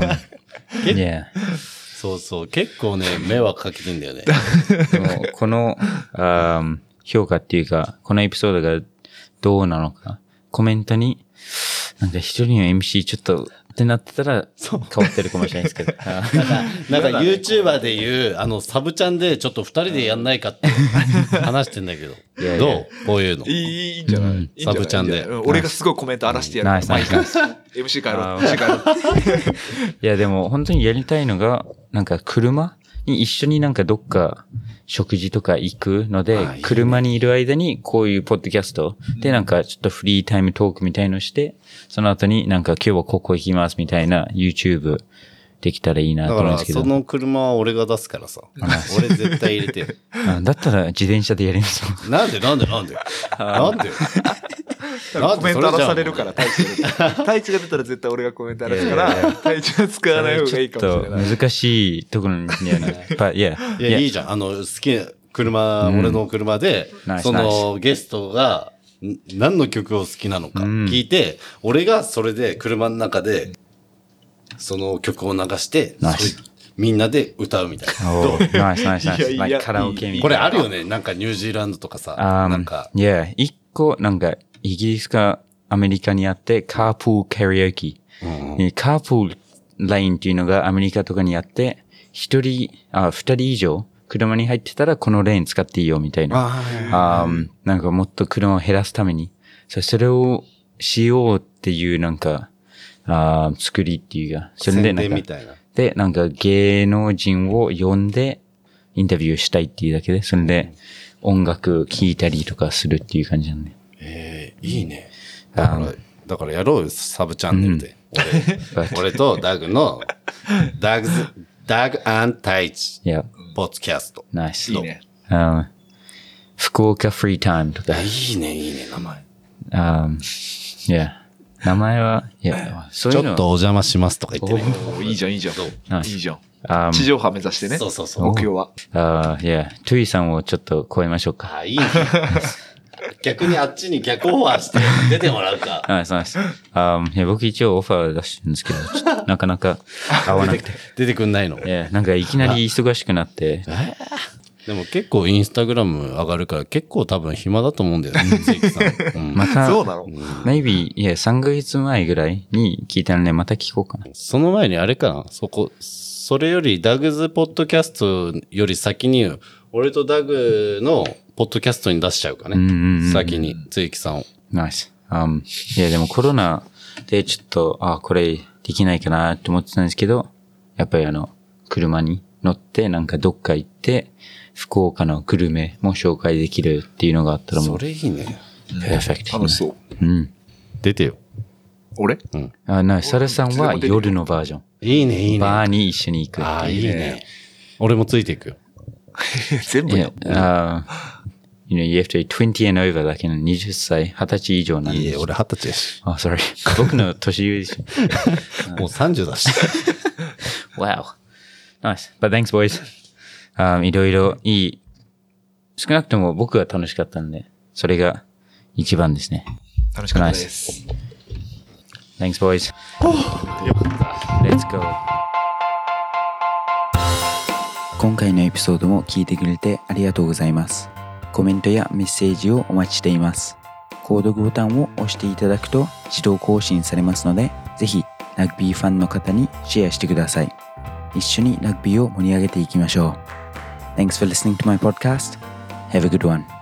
yeah. そうそう、結構ね、迷惑かけてんだよね。 でもこのあ評価っていうか、このエピソードがどうなのか、コメントに、なんか一人の エムシー ちょっと、ってなってたら変わってるかもしれないですけど。 なんか、なんか YouTuber でいう、あの、サブチャンでちょっと二人でやんないかって話してんだけど。いやいやどうこういうの。 いい、いいんじゃない、うん、 サブチャンで。 俺がすごいコメント荒らしてやる。ナイスナイスナイス。エムシー 帰ろう。エムシー 帰ろう。 いや、でも本当にやりたいのが、なんか車に一緒になんかどっか食事とか行くので、いいね、車にいる間にこういうポッドキャストでなんかちょっとフリータイムトークみたいのして、その後になんか今日はここ行きますみたいな YouTube できたらいいなと思うんですけど。 だからその車は俺が出すからさ。俺絶対入れてる。 だったら自転車でやりますもん。なんでなんでなんでなんでコメント荒らされるから、タイチが出たら。タイチが出たら絶対俺がコメント荒らすから、タイチは使わない方がいいかもしれない。 ちょっと難しいところにある。いや、 いや、いいじゃん。あの、好きな車、うん、俺の車で、そのゲストが何の曲を好きなのか聞いて、うん、俺がそれで車の中で、その曲を流して、みんなで歌うみたいな。 ナイスナイスナイス。カラオケみたいな。 これあるよね。なんかニュージーランドとかさ。 Um, なんか。 いや、一個、なんか、イギリスかアメリカにあって、カープールカラオケ。カープールラインっていうのがアメリカとかにあって、一人、あ、二人以上、車に入ってたらこのレーン使っていいよみたいな。ああなんかもっと車を減らすために。それをしようっていうなんか、あ作りっていうか、それでなんか、で、なんか芸能人を呼んでインタビューしたいっていうだけで、それで音楽聴いたりとかするっていう感じなんで。 ええー、いいね。だから、だからやろうよ、サブチャンネルで。うん、俺, 俺とダグの、ダグズ、ダグアンタイチ、ポッドキャスト。 ナイス。 いいね。 Um, 福岡フリータイムとか。 いいね、いいね、名前。 Um, yeah. 名前は、いや、そういうのちょっとお邪魔しますとか言ってね。 いいじゃん、いいじゃん。いいじゃん。 Um, 地上波目指してね。 そうそうそう。 目標は。 ああ、いや、トゥイさんをちょっと超えましょうか。 あ、いいね。逆にあっちに逆オファーして出てもらうか。 はい、そうです。あいや僕一応オファー出してるんですけど、ちょっとなかなか合わなくて。 出てくんないの？ いや、なんかいきなり忙しくなって。 でも結構インスタグラム上がるから結構多分暇だと思うんだよね、関さん。 うん、 また、 そうなの、 うん、?maybe、いや、さんかげつまえぐらいに聞いたので、また聞こうかな。 その前にあれかなそこ、それよりダグズポッドキャストより先に、俺とダグのポッドキャストに出しちゃうかね。 うんうんうん、 先に、つゆきさんを。 ナイス。Um, いや、でもコロナで、ちょっと、あ、これできないかなって思ってたんですけど、やっぱりあの、車に乗ってなんかどっか行って、福岡のグルメも紹介できるっていうのがあったらもう。 それいいね。 パーフェクト。 楽しそう。 うん。 出てよ。 俺うん。 あ、な、サラさんは夜のバージョン。 いいね、いいね。 バーに一緒に行くっていう。 ああ、いいね。俺もついていくよ。 全部よ。 ああ、you know, you have to be twenty and over だけどにじゅっさい、はたち以上なんで。 いいえ、俺二十歳やし。 あ、sorry。僕の年上でしょ。 もうさんじゅうだし。 Wow. Nice. But thanks, boys. あいろいろいい。少なくとも僕が楽しかったんで、それが一番ですね。 楽しかったです。 Thanks, boys. Let's go. 今回のエピソードも聞いてくれてありがとうございます。コメントやメッセージをお待ちしています。購読ボタンを押していただくと自動更新されますので、ぜひラグビーファンの方にシェアしてください。一緒にラグビーを盛り上げていきましょう。Thanks for listening to my podcast. Have a good one.